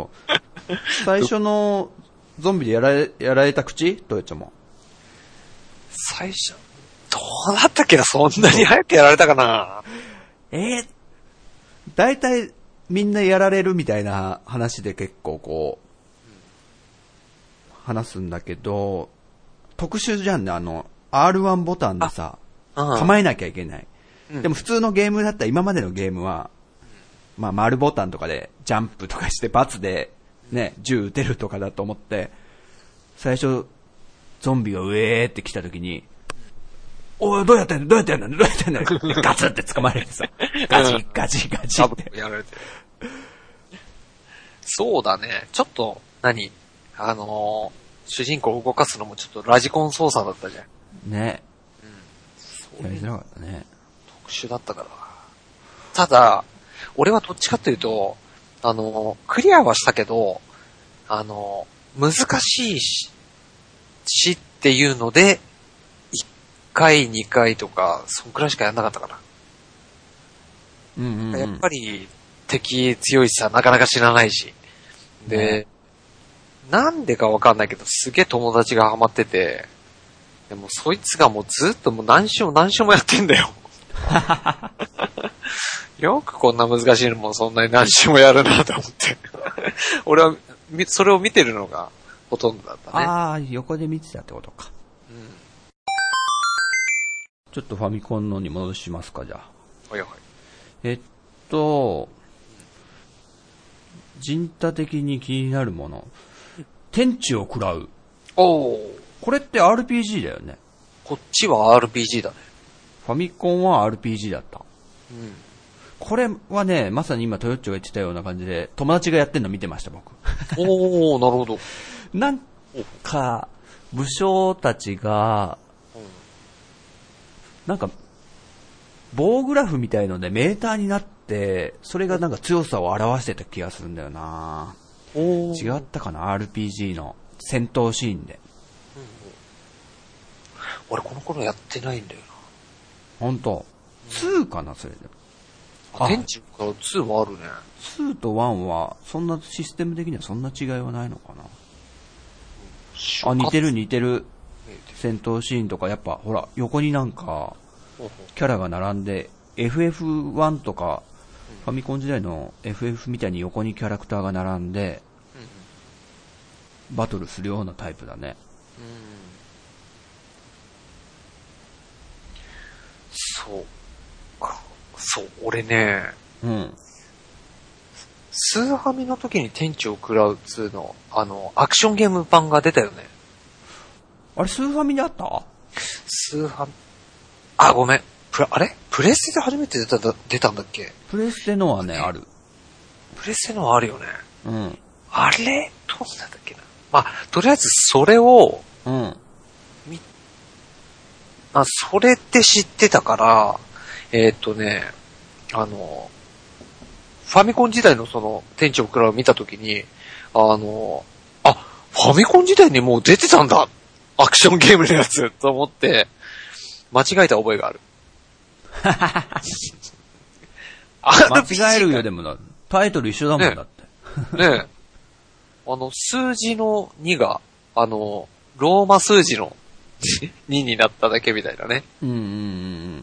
最初のゾンビでやられ、やられた口どうやっちゃも。 最初、どうだったっけな、そんなに早くやられたかな。 えー、だいたいみんなやられるみたいな話で結構こう、話すんだけど、特殊じゃんね、あの、アールワン ボタンでさ、構えなきゃいけない。うん、でも普通のゲームだったら今までのゲームは、まあ丸ボタンとかでジャンプとかしてバツでね、銃撃てるとかだと思って、最初、ゾンビがうえーって来た時に、おい、どうやってんのどうやってんのどうやってんのガツって掴まれてさ、ガチガチガチって。 やられてる。そうだね。ちょっと、何あのー、主人公を動かすのもちょっとラジコン操作だったじゃん。 ね。 うん。 やりづらかったね。 特殊だったから。ただ、俺はどっちかっていうと、あのー、クリアはしたけど、あのー、難しいし、しっていうので、いっかい、にかいとか、そんくらいしかやんなかったかな。 うんうんうん、 やっぱり、敵強いしさ、なかなか知らないし。で、うん、なんでかわかんないけど、すげえ友達がハマってて、でもそいつがもうずっともう何週も何週もやってんだよ。よくこんな難しいのもそんなに何週もやるなと思って。俺は、それを見てるのがほとんどだったね。 ああ、横で見てたってことか。うん。ちょっとファミコンのに戻しますか、じゃあ。 はいはい。 えっと、 人多的に気になるもの。天地を喰らう。 おー。 これって アールピージー だよね。 こっちは アールピージー だね。 ファミコンは アールピージー だった。 うん。 これはね、まさに今トヨッチョが言ってたような感じで、友達がやってんの見てました、僕。 おー、なるほど。 なんか、武将たちが、 うん、 なんか、棒グラフみたいのでメーターになって、それがなんか強さを表してた気がするんだよな。 お違ったかな ?アールピージー の戦闘シーンで。 うん、俺この頃やってないんだよな。 ほんと。ツーかな、それで。 あ、天地からツーもあるね。 ツーとワンは、そんなシステム的にはそんな違いはないのかな。あ、似てる似てる。戦闘シーンとか、やっぱ、ほら、横になんか、キャラが並んで、エフエフワン とか、ファミコン時代の エフエフ みたいに横にキャラクターが並んで、バトルするようなタイプだね。 うん、そうか。そう、俺ね、 うん。 スーファミの時に天地を喰らうツーの、あの、アクションゲーム版が出たよね。 あれ、スーファミにあった？ スーファミ、あ、ごめん。プラ、あれプレステで初めて出た、出たんだっけ？ プレステのはね、ある。 プレステのはあるよね。 うん。 あれどうなんだっけな。まあ、とりあえずそれを、 うん。 み、あ、それって知ってたから、えー、っとね、あの、ファミコン時代のその、天地を喰らうを見たときに、あの、あ、ファミコン時代にもう出てたんだアクションゲームのやつと思って、間違えた覚えがある。 間違えるよ、でもな。タイトル一緒だもんだって。 ねえ。あの、数字のにが、あの、ローマ数字のにになっただけみたいなね。 うんうんうん。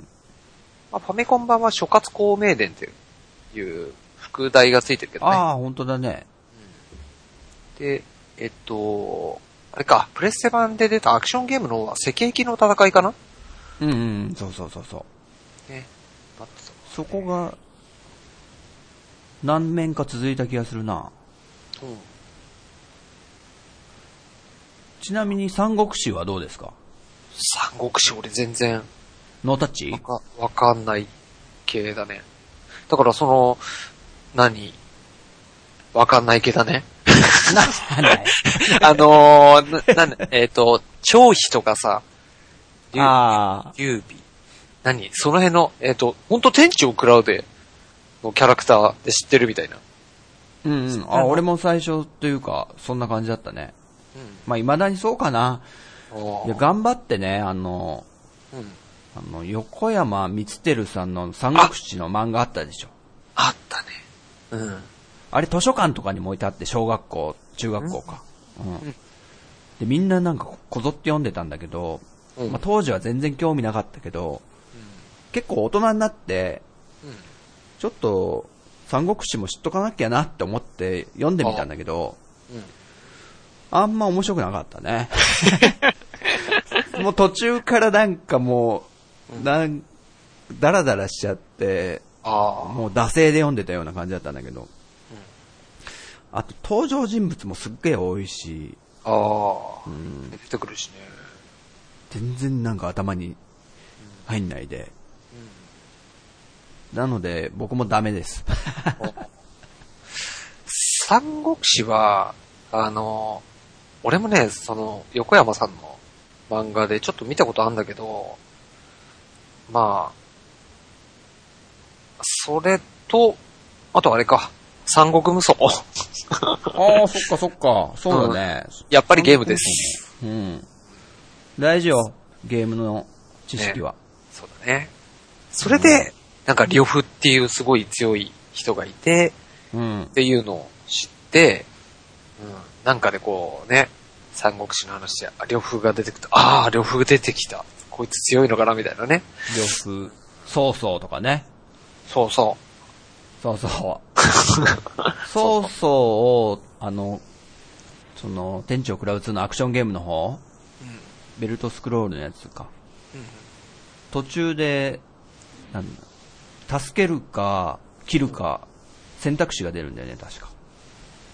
まあ、ファミコン版は諸葛孔明伝っていう副題がついてるけどね。 ああ、本当だね、 うん。で、えっと、あれか、プレステ版で出たアクションゲームの方は赤壁の戦いかな？ うんうん、そうそうそうそう。 ね。なってた、ね。 そこが、何面か続いた気がするな。うん。ちなみに三国志はどうですか？ 三国志俺全然。 ノータッチ？ わか、わかんない系だね。だからその、何わかんない系だね。 な、ない。 あのー、な、な、えっ、ー、と、張飛とかさ、 ああ。 劉備。何その辺の、えっ、ー、と、ほんと天地を喰らうで、のキャラクターで知ってるみたいな。 うんうん。あ、俺も最初というか、そんな感じだったね。うん、まあ、未だにそうかな。いや、頑張ってね、あの、うん、あの、横山光輝さんの三国志の漫画あったでしょ。 あったね。うん。 あれ図書館とかにも置いてあって、小学校、中学校か。うん。うん、で、みんななんかこぞって読んでたんだけど、うん、まあ、当時は全然興味なかったけど、うん、結構大人になって、うん、ちょっと三国志も知っとかなきゃなって思って読んでみたんだけど、うん、あんま面白くなかったね。もう途中からなんかもう、なん、ダラダラしちゃって、あもう惰性で読んでたような感じだったんだけど、うん、あと登場人物もすっげえ多いし、 ああ、うん、出てくるしね。 全然なんか頭に入んないで、うん、なので僕もダメです。 三国志はあの俺もねその横山さんの漫画でちょっと見たことあるんだけど、まあそれとあとあれか三国無双。 ああそっかそっかそうだね、 うん、やっぱりゲームです。 うん。大事よ、ゲームの知識は。ね、 そうだね。それで、うん、なんか、呂布っていうすごい強い人がいて、うん、っていうのを知って、うん、なんかでこうね、三国志の話で、呂布が出てくると、ああ、呂布出てきた。こいつ強いのかなみたいなね。 呂布、曹操とかね。 そうそう。 そうそう。曹操を、あの、その、天地を喰らうつのアクションゲームの方、ベルトスクロールのやつか、うん、途中でなんだ助けるか切るか選択肢が出るんだよね確か。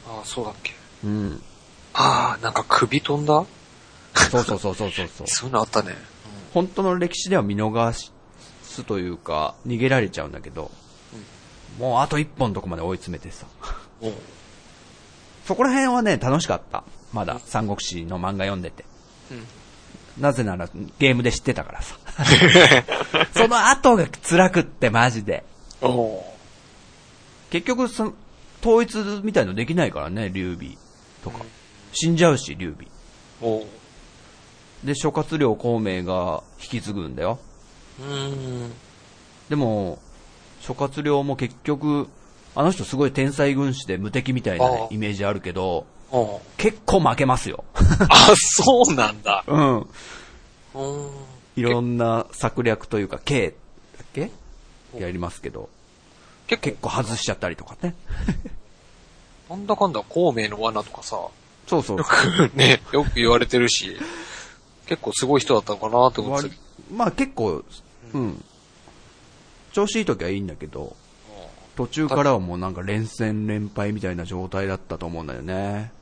ああ、そうだっけ。 うん。 ああ、なんか首飛んだそうそうそうそうそうそう。 そういうのあったね。うん、 本当の歴史では見逃すというか、逃げられちゃうんだけど、うん、もうあと一本のとこまで追い詰めてさ。 おそこら辺はね、楽しかった。まだ、三国志の漫画読んでて。うん、なぜなら、ゲームで知ってたからさ。その後が辛くってマジで。 お結局そ、統一みたいのできないからね、劉備とか。うん、死んじゃうし、劉備。 おで、諸葛亮孔明が引き継ぐんだよ。 うーん。 でも、諸葛亮も結局、あの人すごい天才軍師で無敵みたいな、ね、イメージあるけど、結構負けますよ。 あ、そうなんだ。 うん。 うーん。 いろんな策略というか、計だっけやりますけど、結構外しちゃったりとかね。 なんだかんだ孔明の罠とかさ、 そうそう。 よくね、よく言われてるし、結構すごい人だったのかなって思って。 まあ結構、うん。調子いい時はいいんだけど、途中からはもうなんか連戦連敗みたいな状態だったと思うんだよね。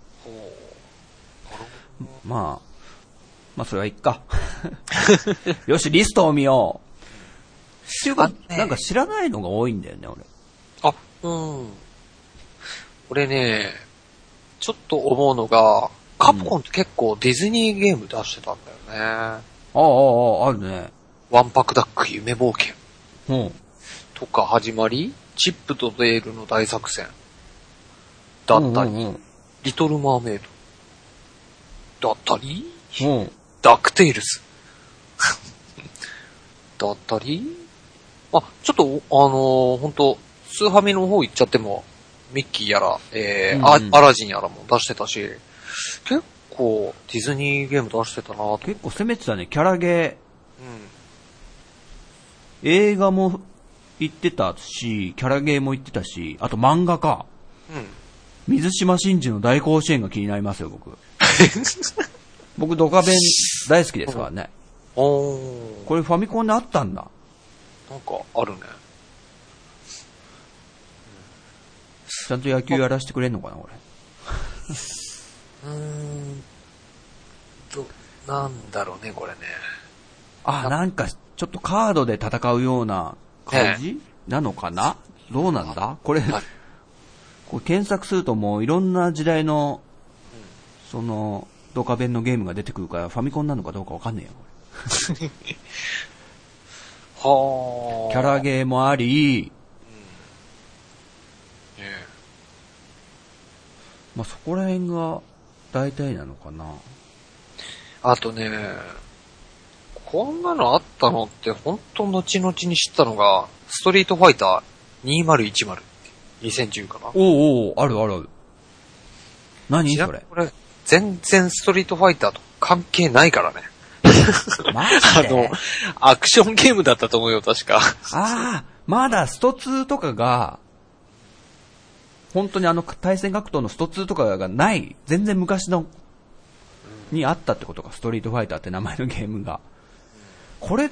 まあ、まあそれはいっか。よし、リストを見よう。っていうか、なんか知らないのが多いんだよね、俺。 あ、うん。俺ね、ちょっと思うのが、カプコンって結構ディズニーゲーム出してたんだよね。ああ、ああ、あるね。 ワンパクダック夢冒険。 うん。 とか始まり、チップとデールの大作戦。だったり、うんうんうん、リトルマーメイド。だったり、 うん、 ダックテイルズ。だったり、あ、ちょっと、あのー、ほんと、スーファミの方行っちゃっても、ミッキーやら、えーうんうん、アラジンやらも出してたし、結構ディズニーゲーム出してたなと。 結構攻めてたね、キャラゲー。うん、映画も行ってたし、キャラゲーも行ってたし、あと漫画か。うん。水島新司の大甲子園が気になりますよ、僕。僕、ドカベン大好きですからね。 おー。 これファミコンであったんだ。 なんか、あるね。 ちゃんと野球やらせてくれんのかな、俺。 うーん。ど、なんだろうね、これね。 あ、なんか、ちょっとカードで戦うような感じ、ね、なのかな、どうなんだこれ、はい、これ検索するともういろんな時代の、うん、その、ドカベンのゲームが出てくるからファミコンなのかどうかわかんねえよ、これ。 はあ。 キャラゲーもあり、 うん、ね、 まあそこら辺が大体なのかな。 あとね、こんなのあったのって本当後々に知ったのが、ストリートファイターにせんじゅうにせんじゅうかな。 おうおう、あるあるある。何それ。 これ、全然ストリートファイターと関係ないからね。 マジで？ あの、アクションゲームだったと思うよ、確か。 ああ、まだストツーとかが、本当にあの対戦格闘のストツーとかがない、全然昔の、にあったってことか、ストリートファイターって名前のゲームが。これ、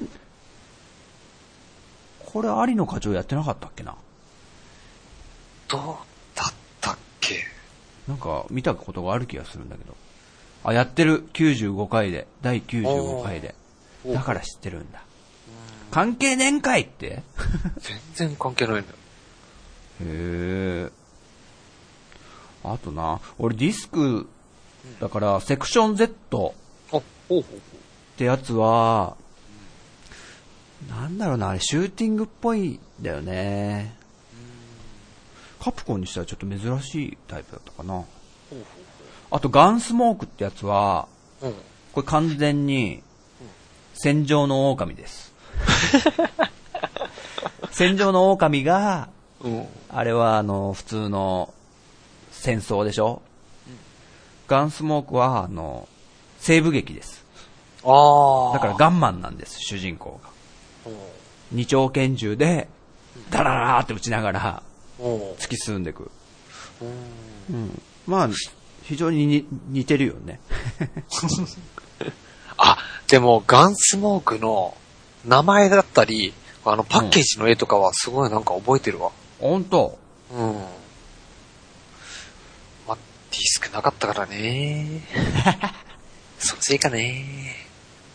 これ有野課長やってなかったっけな？ どうだったっけ？ なんか見たことがある気がするんだけど。あ、やってる。きゅうじゅうごかいで。だいきゅうじゅうごかいで。だから知ってるんだ。関係ねんかいって全然関係ないんだよ。 へー。あとな、俺ディスク、だからセクション Z ってやつは、なんだろうな、あれシューティングっぽいんだよね。カプコンにしたらちょっと珍しいタイプだったかな。あとガンスモークってやつは、これ完全に戦場の狼です。戦場の狼が、あれはあの普通の戦争でしょ。ガンスモークはあの西部劇です。 あだからガンマンなんです、主人公が。二丁拳銃でダララーって撃ちながら突き進んでいく。うん、まあ非常にに似てるよね。 あ、でもガンスモークの名前だったり、あのパッケージの絵とかはすごいなんか覚えてるわ。 ほんと？ うん。 なかったからね。そっちいいかね。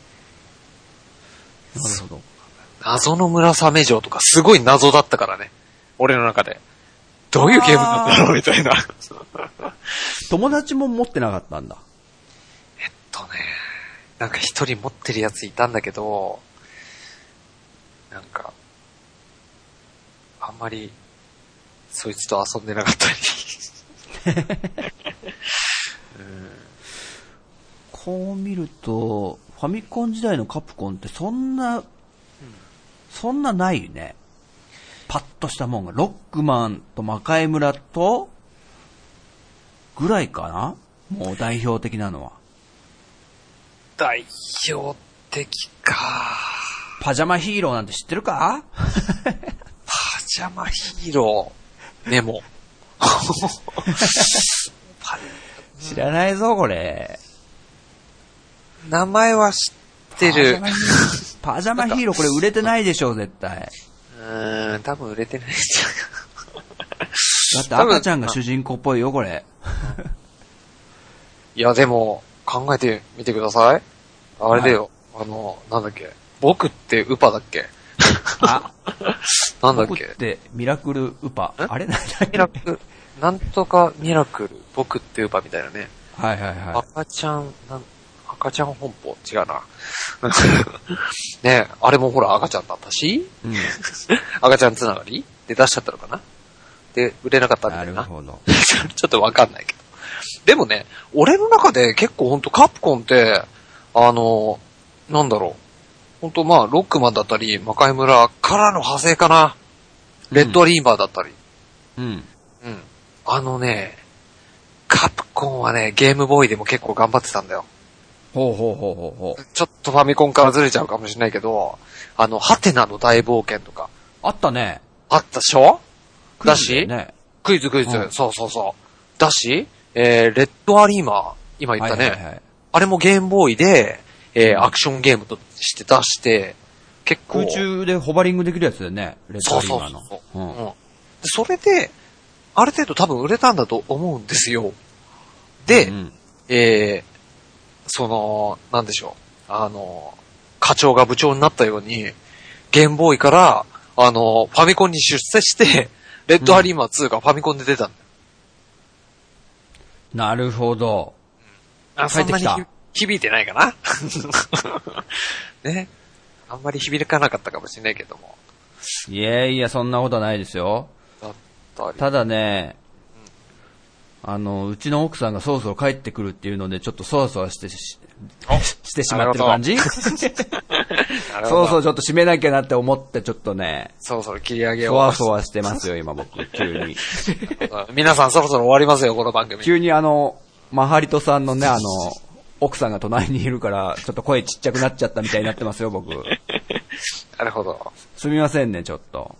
なるほど。 謎の村雨城とかすごい謎だったからね。俺の中で。どういうゲームなんだろうみたいな。 友達も持ってなかったんだ。 えっとね、なんか一人持ってるやついたんだけど、なんか、あんまり、そいつと遊んでなかったり。うん、 こう見ると、ファミコン時代のカプコンってそんな、うん、そんなないね。パッとしたもんが。ロックマンと魔界村と、ぐらいかな？もう代表的なのは。 代表的か。 パジャマヒーローなんて知ってるか？ パジャマヒーロー、メモ。 知らないぞ、これ。 名前は知ってる。 パジャマヒーローこれ売れてないでしょ、絶対。 うーん、多分売れてないんじゃん。だって赤ちゃんが主人公っぽいよ、これ。 いや、でも、考えてみてください。あれだよ、はい、あの、なんだっけ。僕ってウパだっけ？ あ、 なんだっけ？ 僕ってミラクルウパ。あれなんだっけ？ ミラクル、なんとかミラクル、僕ってウパみたいなね。 はいはいはい。 赤ちゃん、なん、赤ちゃん本舗違うな。ねえ、あれもほら赤ちゃんだったし、うん、赤ちゃんつながりで出しちゃったのかなで、売れなかったんだよな。 なるほど。 ちょっとわかんないけど。でもね、俺の中で結構ほんとカプコンって、あの、なんだろう。ほんとまあ、ロックマンだったり、魔界村からの派生かな。レッドリーバーだったり。 うん。うん。 うん。あのね、カプコンはね、ゲームボーイでも結構頑張ってたんだよ。 ほうほうほうほうほう。 ちょっとファミコンからずれちゃうかもしれないけど、あの、ハテナの大冒険とか。 あったね。 あったでしょ？だし、 ね、 クイズクイズ、うん、そうそうそう。だし、えー、レッドアリーマー、今言ったね。はいはいはい、あれもゲームボーイで、えー、アクションゲームとして出して、結構。 空中でホバリングできるやつだよね、レッドアリーマーの。 そうそうそう、うんうん。それで、ある程度多分売れたんだと思うんですよ。で、うん、えー、その、なんでしょう。あの、課長が部長になったように、ゲームボーイから、あの、ファミコンに出世して、レッドアリーマーツーがファミコンで出たんだよ。 うん、なるほど。 あ、そんなに響いてないかなね。あんまり響かなかったかもしれないけども。 いやいや、そんなことはないですよ。 だったり。 ただね、うん、あの、うちの奥さんがそろそろ帰ってくるっていうので、ちょっとそわそわしてし、してしまってる感じそろそろちょっと締めなきゃなって思って、ちょっとね。 そろそろ切り上げよう。 そわそわしてますよ、今僕、急に。 皆さんそろそろ終わりますよ、この番組。 急にあの、マハリトさんのね、あの、奥さんが隣にいるから、ちょっと声ちっちゃくなっちゃったみたいになってますよ、僕。 なるほど。 すみませんね、ちょっと。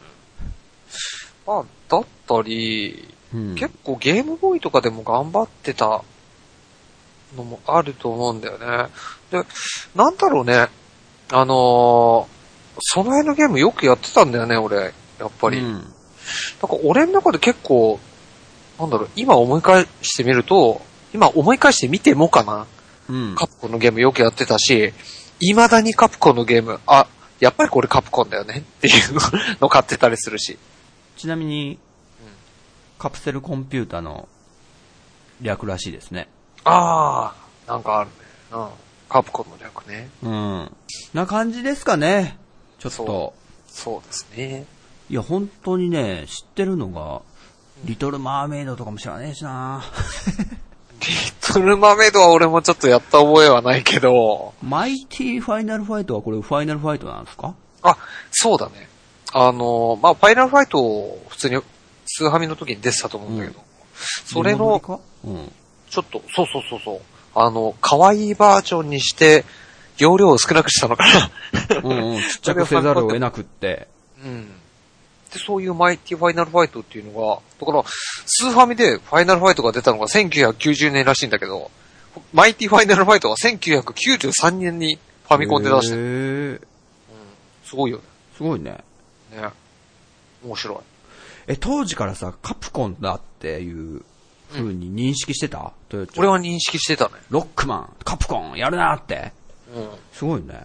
まあ、だったり、うん、結構ゲームボーイとかでも頑張ってたのもあると思うんだよね。で、なんだろうね。あのー、その辺のゲームよくやってたんだよね、俺。やっぱり。うん、なんか俺の中で結構、なんだろう、今思い返してみると、今思い返してみてもかな。うん、カプコンのゲームよくやってたし、未だにカプコンのゲーム、あ、やっぱりこれカプコンだよねっていうの買ってたりするし。 ちなみに、うん、カプセルコンピュータの略らしいですね。 ああ、なんかあるね。うん。カプコンの略ね。 うん。な感じですかね。ちょっと。そう、 そうですね。 いや、本当にね、知ってるのが、リトルマーメイドとかも知らねえしなリトルマーメイドは俺もちょっとやった覚えはないけど。 マイティファイナルファイトはこれファイナルファイトなんですか？ あ、そうだね。あの、まあ、ファイナルファイト普通にスーハミの時に出てたと思うんだけど、うん、それの、うん、ちょっと、そうそうそうそう、あの、可愛いバージョンにして、容量を少なくしたのかな。 うんうん、ちっちゃくせざるを得なくって。 うん。で、そういうマイティファイナルファイトっていうのが、だから、スーファミでファイナルファイトが出たのがせんきゅうひゃくきゅうじゅうねんらしいんだけど、マイティファイナルファイトはせんきゅうひゃくきゅうじゅうさんねんにファミコンで出してる。へー、うん。すごいよね。 すごいね。 ね。面白い。 え、当時からさ、カプコンだっていう風に認識してた、トヨッチョ。 俺は認識してたね。 ロックマン、カプコン、やるなって。 うん。 すごいね。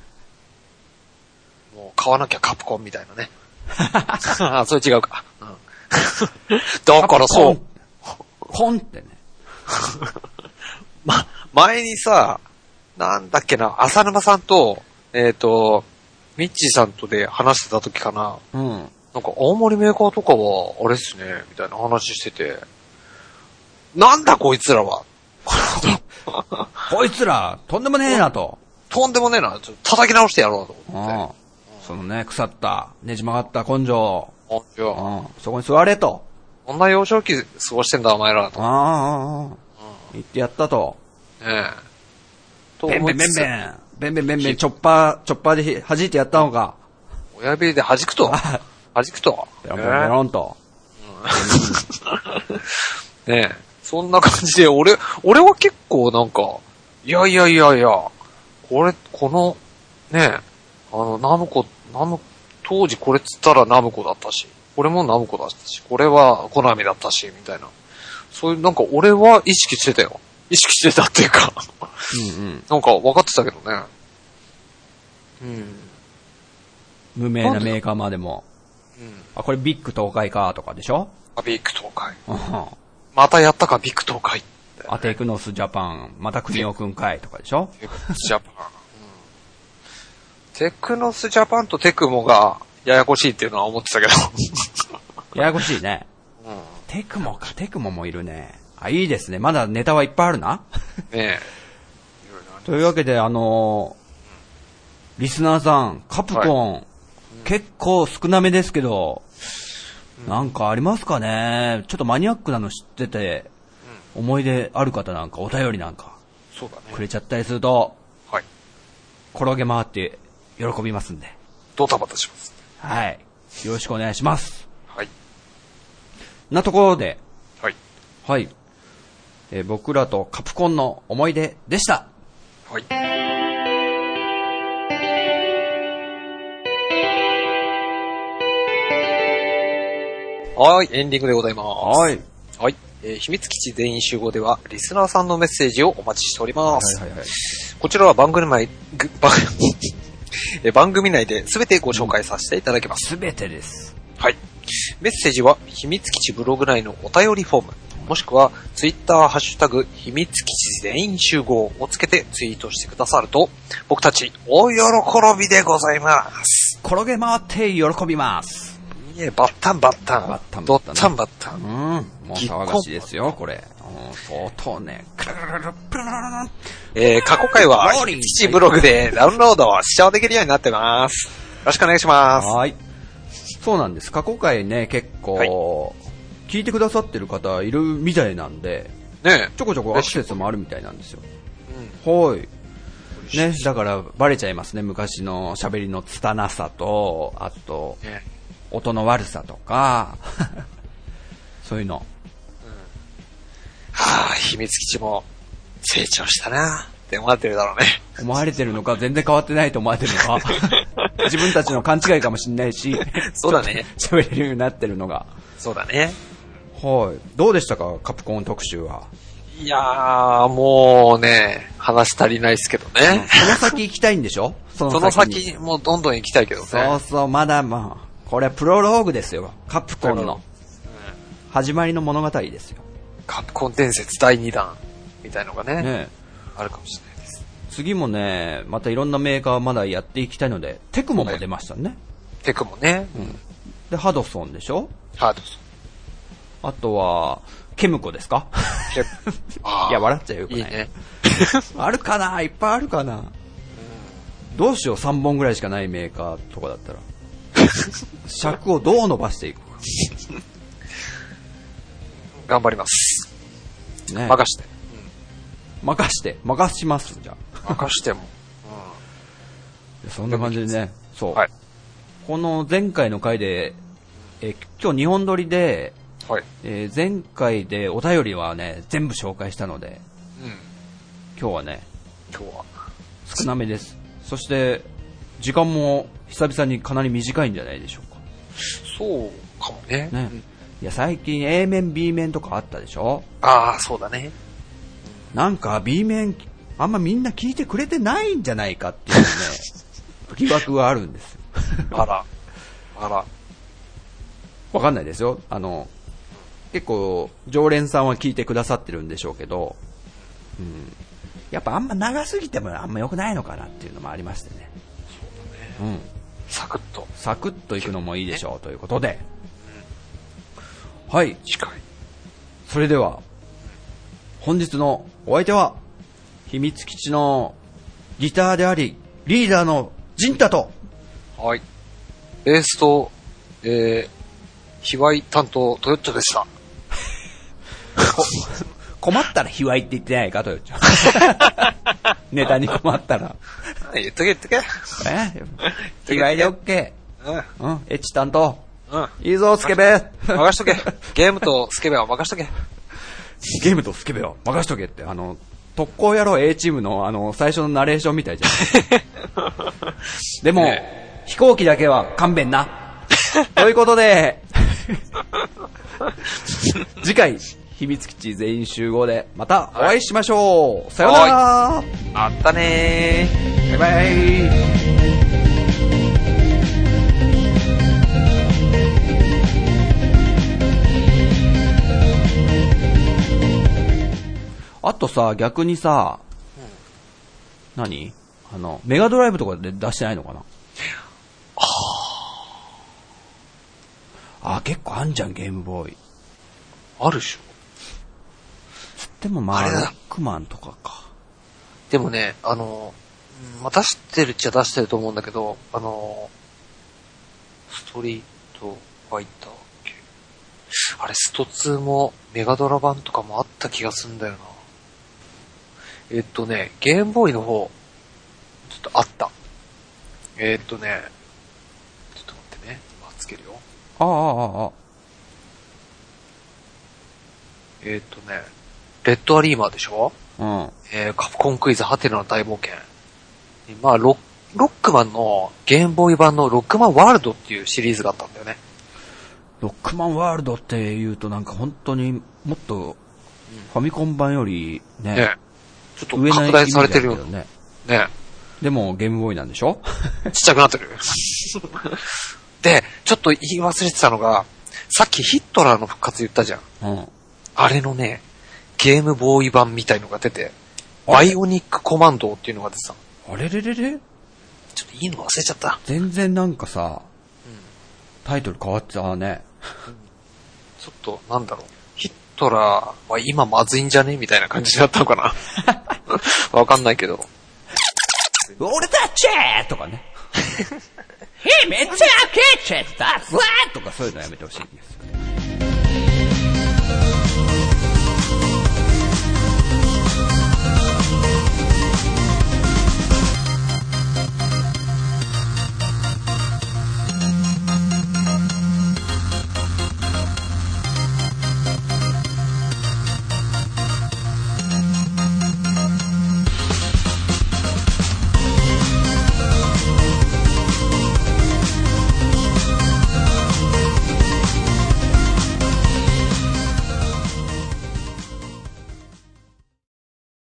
もう買わなきゃカプコンみたいなね。あ、それ違うか。うん、だからそう。 コンってね。 ま、前にさ、なんだっけな、浅沼さんと、えっ、ー、と、ミッチーさんとで話してた時かな。 うん。 なんか、青森メーカーとかは、あれっすね、みたいな話してて、なんだこいつらは。 こいつら、とんでもねえなと。 とんでもねえな、ちょっと叩き直してやろうと思って。 うん、そのね、腐った、ねじ曲がった根性。 うん、 そこに座れと。 こんな幼少期過ごしてんだ、お前らと。 ああ、うん、言ってやったと。 ねえ。とベンベンベンベン。ベンベンベンベン、チョッパー、チョッパーで弾いてやったのか。 親指で弾くと。弾くと。 ペロンペロンペロンと。 うん、ねえ。そんな感じで、俺、俺は結構なんか、いやいやいやいや、これ、この、ねえ、あの、ナムコ、ナム、当時これっつったらナムコだったし、これもナムコだったし、これはコナミだったし、みたいな。そういう、なんか俺は意識してたよ。意識してたっていうかうん、うん、なんか分かってたけどね。うん。 無名なメーカーまでも。うん。あ、これビッグ東海かとかでしょ？ あ、ビッグ東海。またやったか、ビッグ東海。 あ、テクノスジャパン、また国尾くんかいとかでしょ？ テクノスジャパン。うん、テクノスジャパンとテクモがややこしいっていうのは思ってたけど。 ややこしいね。うん。テクモか、テクモもいるね。あ、いいですね。まだネタはいっぱいあるな。ねえ。というわけで、あのー、リスナーさん、カプコン、はい、結構少なめですけど、うん、なんかありますかね？ちょっとマニアックなの知ってて、うん、思い出ある方なんかお便りなんか、 そうだね。 くれちゃったりすると、 はい。 転げ回って喜びますんで。 ドタバタします。 はい。よろしくお願いします。 はい。 なところで、 はい。 はい。えー、僕らとカプコンの思い出でした。 はい。はい、エンディングでございます。 はい。 はい。えー、秘密基地全員集合では、リスナーさんのメッセージをお待ちしております。はいはいはい。こちらは番組内、番組内で全てご紹介させていただきます。 全てです。 はい。メッセージは、秘密基地ブログ内のお便りフォーム、もしくは、ツイッターハッシュタグ、秘密基地全員集合をつけてツイートしてくださると、僕たち、大喜びでございます。 転げ回って喜びます。 いえ、バッタンバッタン。 バッタンバッタン。ドッタンバッタン。 うん。もう騒がしいですよ、これ。相当ね。 えー、過去回は、秘密基地ブログでダウンロード、視聴できるようになってます。よろしくお願いします。 はい。そうなんです。過去回ね、結構、はい、聞いてくださってる方いるみたいなんで、 ね、 ちょこちょこアクセスもあるみたいなんですよ。うん、はい。ね、だからバレちゃいますね、昔の喋りの拙さと、あと、ね、音の悪さとか、そういうの。うん、 はぁ、秘密基地も成長したなって思われてるだろうね。 思われてるのか、全然変わってないと思われてるのか、自分たちの勘違いかもしれないし、 そうだね。 喋れるようになってるのが。 そうだね。 はい。どうでしたか、カプコン特集は。 いやー、もうね、話足りないですけどね。 その先行きたいんでしょ？その先。 その先、もうどんどん行きたいけどね。 そうそう、まだまあ、これはプロローグですよ。カプコンの。始まりの物語ですよ。 カプコン伝説だいにだんみたいのがね、 ねあるかもしれないです。 次もね、またいろんなメーカーまだやっていきたいので、テクモも出ましたね。はい、 テクモね、 うん。で、ハドソンでしょ？ ハドソン。 あとは、ケムコですか？ ケムいや、笑っちゃうよくない。いいね。あるかな？いっぱいあるかな、うん、どうしよう、さんぼんぐらいしかないメーカーとかだったら。尺をどう伸ばしていくか。 頑張ります。 ね、 任して、 うん。任して。任します、じゃあ。任しても。 うん、そんな感じでね。そう。 はい、 この前回の回で、え今日にほん撮りで、 はいえー、前回でお便りはね、全部紹介したので、 うん、 今日はね、 今日は少なめです。そして、時間も久々にかなり短いんじゃないでしょうか。 そうかもね。 ね、 いや、最近 A 面 B 面とかあったでしょ。 ああ、そうだね。 なんか B 面あんまみんな聞いてくれてないんじゃないかっていうね疑惑があるんですよ。 あら、あら。 わかんないですよ。あの結構常連さんは聞いてくださってるんでしょうけど、うん、やっぱあんま長すぎてもあんま良くないのかなっていうのもありましてね。 そうだね。 うん。 サクッと。 サクッといくのもいいでしょうということで。うん、はい。 近い。 それでは、本日のお相手は、秘密基地のギターであり、リーダーのジンタと、 はい。ベースと、えー、卑猥担当、トヨッチョでした。 困ったら卑猥って言ってないか、トヨッチョ。ネタに困ったら。 言っとけ言っとけ。 え卑猥でオッケー。うん。エッチ担当。 うん。 いいぞ、スケベ。 任しとけ。ゲームとスケベは任しとけ。 ゲームとスケベは任しとけって、あの、特攻野郎 A チームのあの、最初のナレーションみたいじゃん。でも、ね、飛行機だけは勘弁な。ということで、次回、秘密基地全員集合でまたお会いしましょう。はい、さようなら。 あったねー。 バイバイ。あとさ、逆にさ、うん、何あの、メガドライブとかで出してないのかな。 ああ、結構あんじゃん、ゲームボーイ。 あるでしょ。 つってもまあ、ロックマンとかか。 でもね、あの、まあ、出してるっちゃ出してると思うんだけど、あの、ストリートファイター系。あれ、ストツーもメガドラ版とかもあった気がするんだよな。えっとね、ゲームボーイの方、ちょっとあった。えっとね、ちょっと待ってね。あ、つけるよ。 ああ、ああ、ああ。 えっとね、レッドアリーマーでしょ？ うん。 えー、カプコンクイズハテナの大冒険。まあ、ロッ、ロックマンのゲームボーイ版のロックマンワールドっていうシリーズがあったんだよね。 ロックマンワールドって言うとなんか本当にもっとファミコン版よりね、 ねちょっと拡大されてるよね。ね。 でもゲームボーイなんでしょ？ ちっちゃくなってる。で、ちょっと言い忘れてたのが、さっきヒットラーの復活言ったじゃん。 うん。 あれのね、ゲームボーイ版みたいのが出て、バイオニックコマンドっていうのが出てた。 あれれれれ？ ちょっといいの忘れちゃった。 全然なんかさ、うん、タイトル変わっちゃうね。 うん、ちょっと、なんだろう。ヒットラーは今まずいんじゃねみたいな感じだったのかな。わかんないけど。 俺たちとかね。へめっちゃ開けちゃったぞとかそういうのやめてほしい。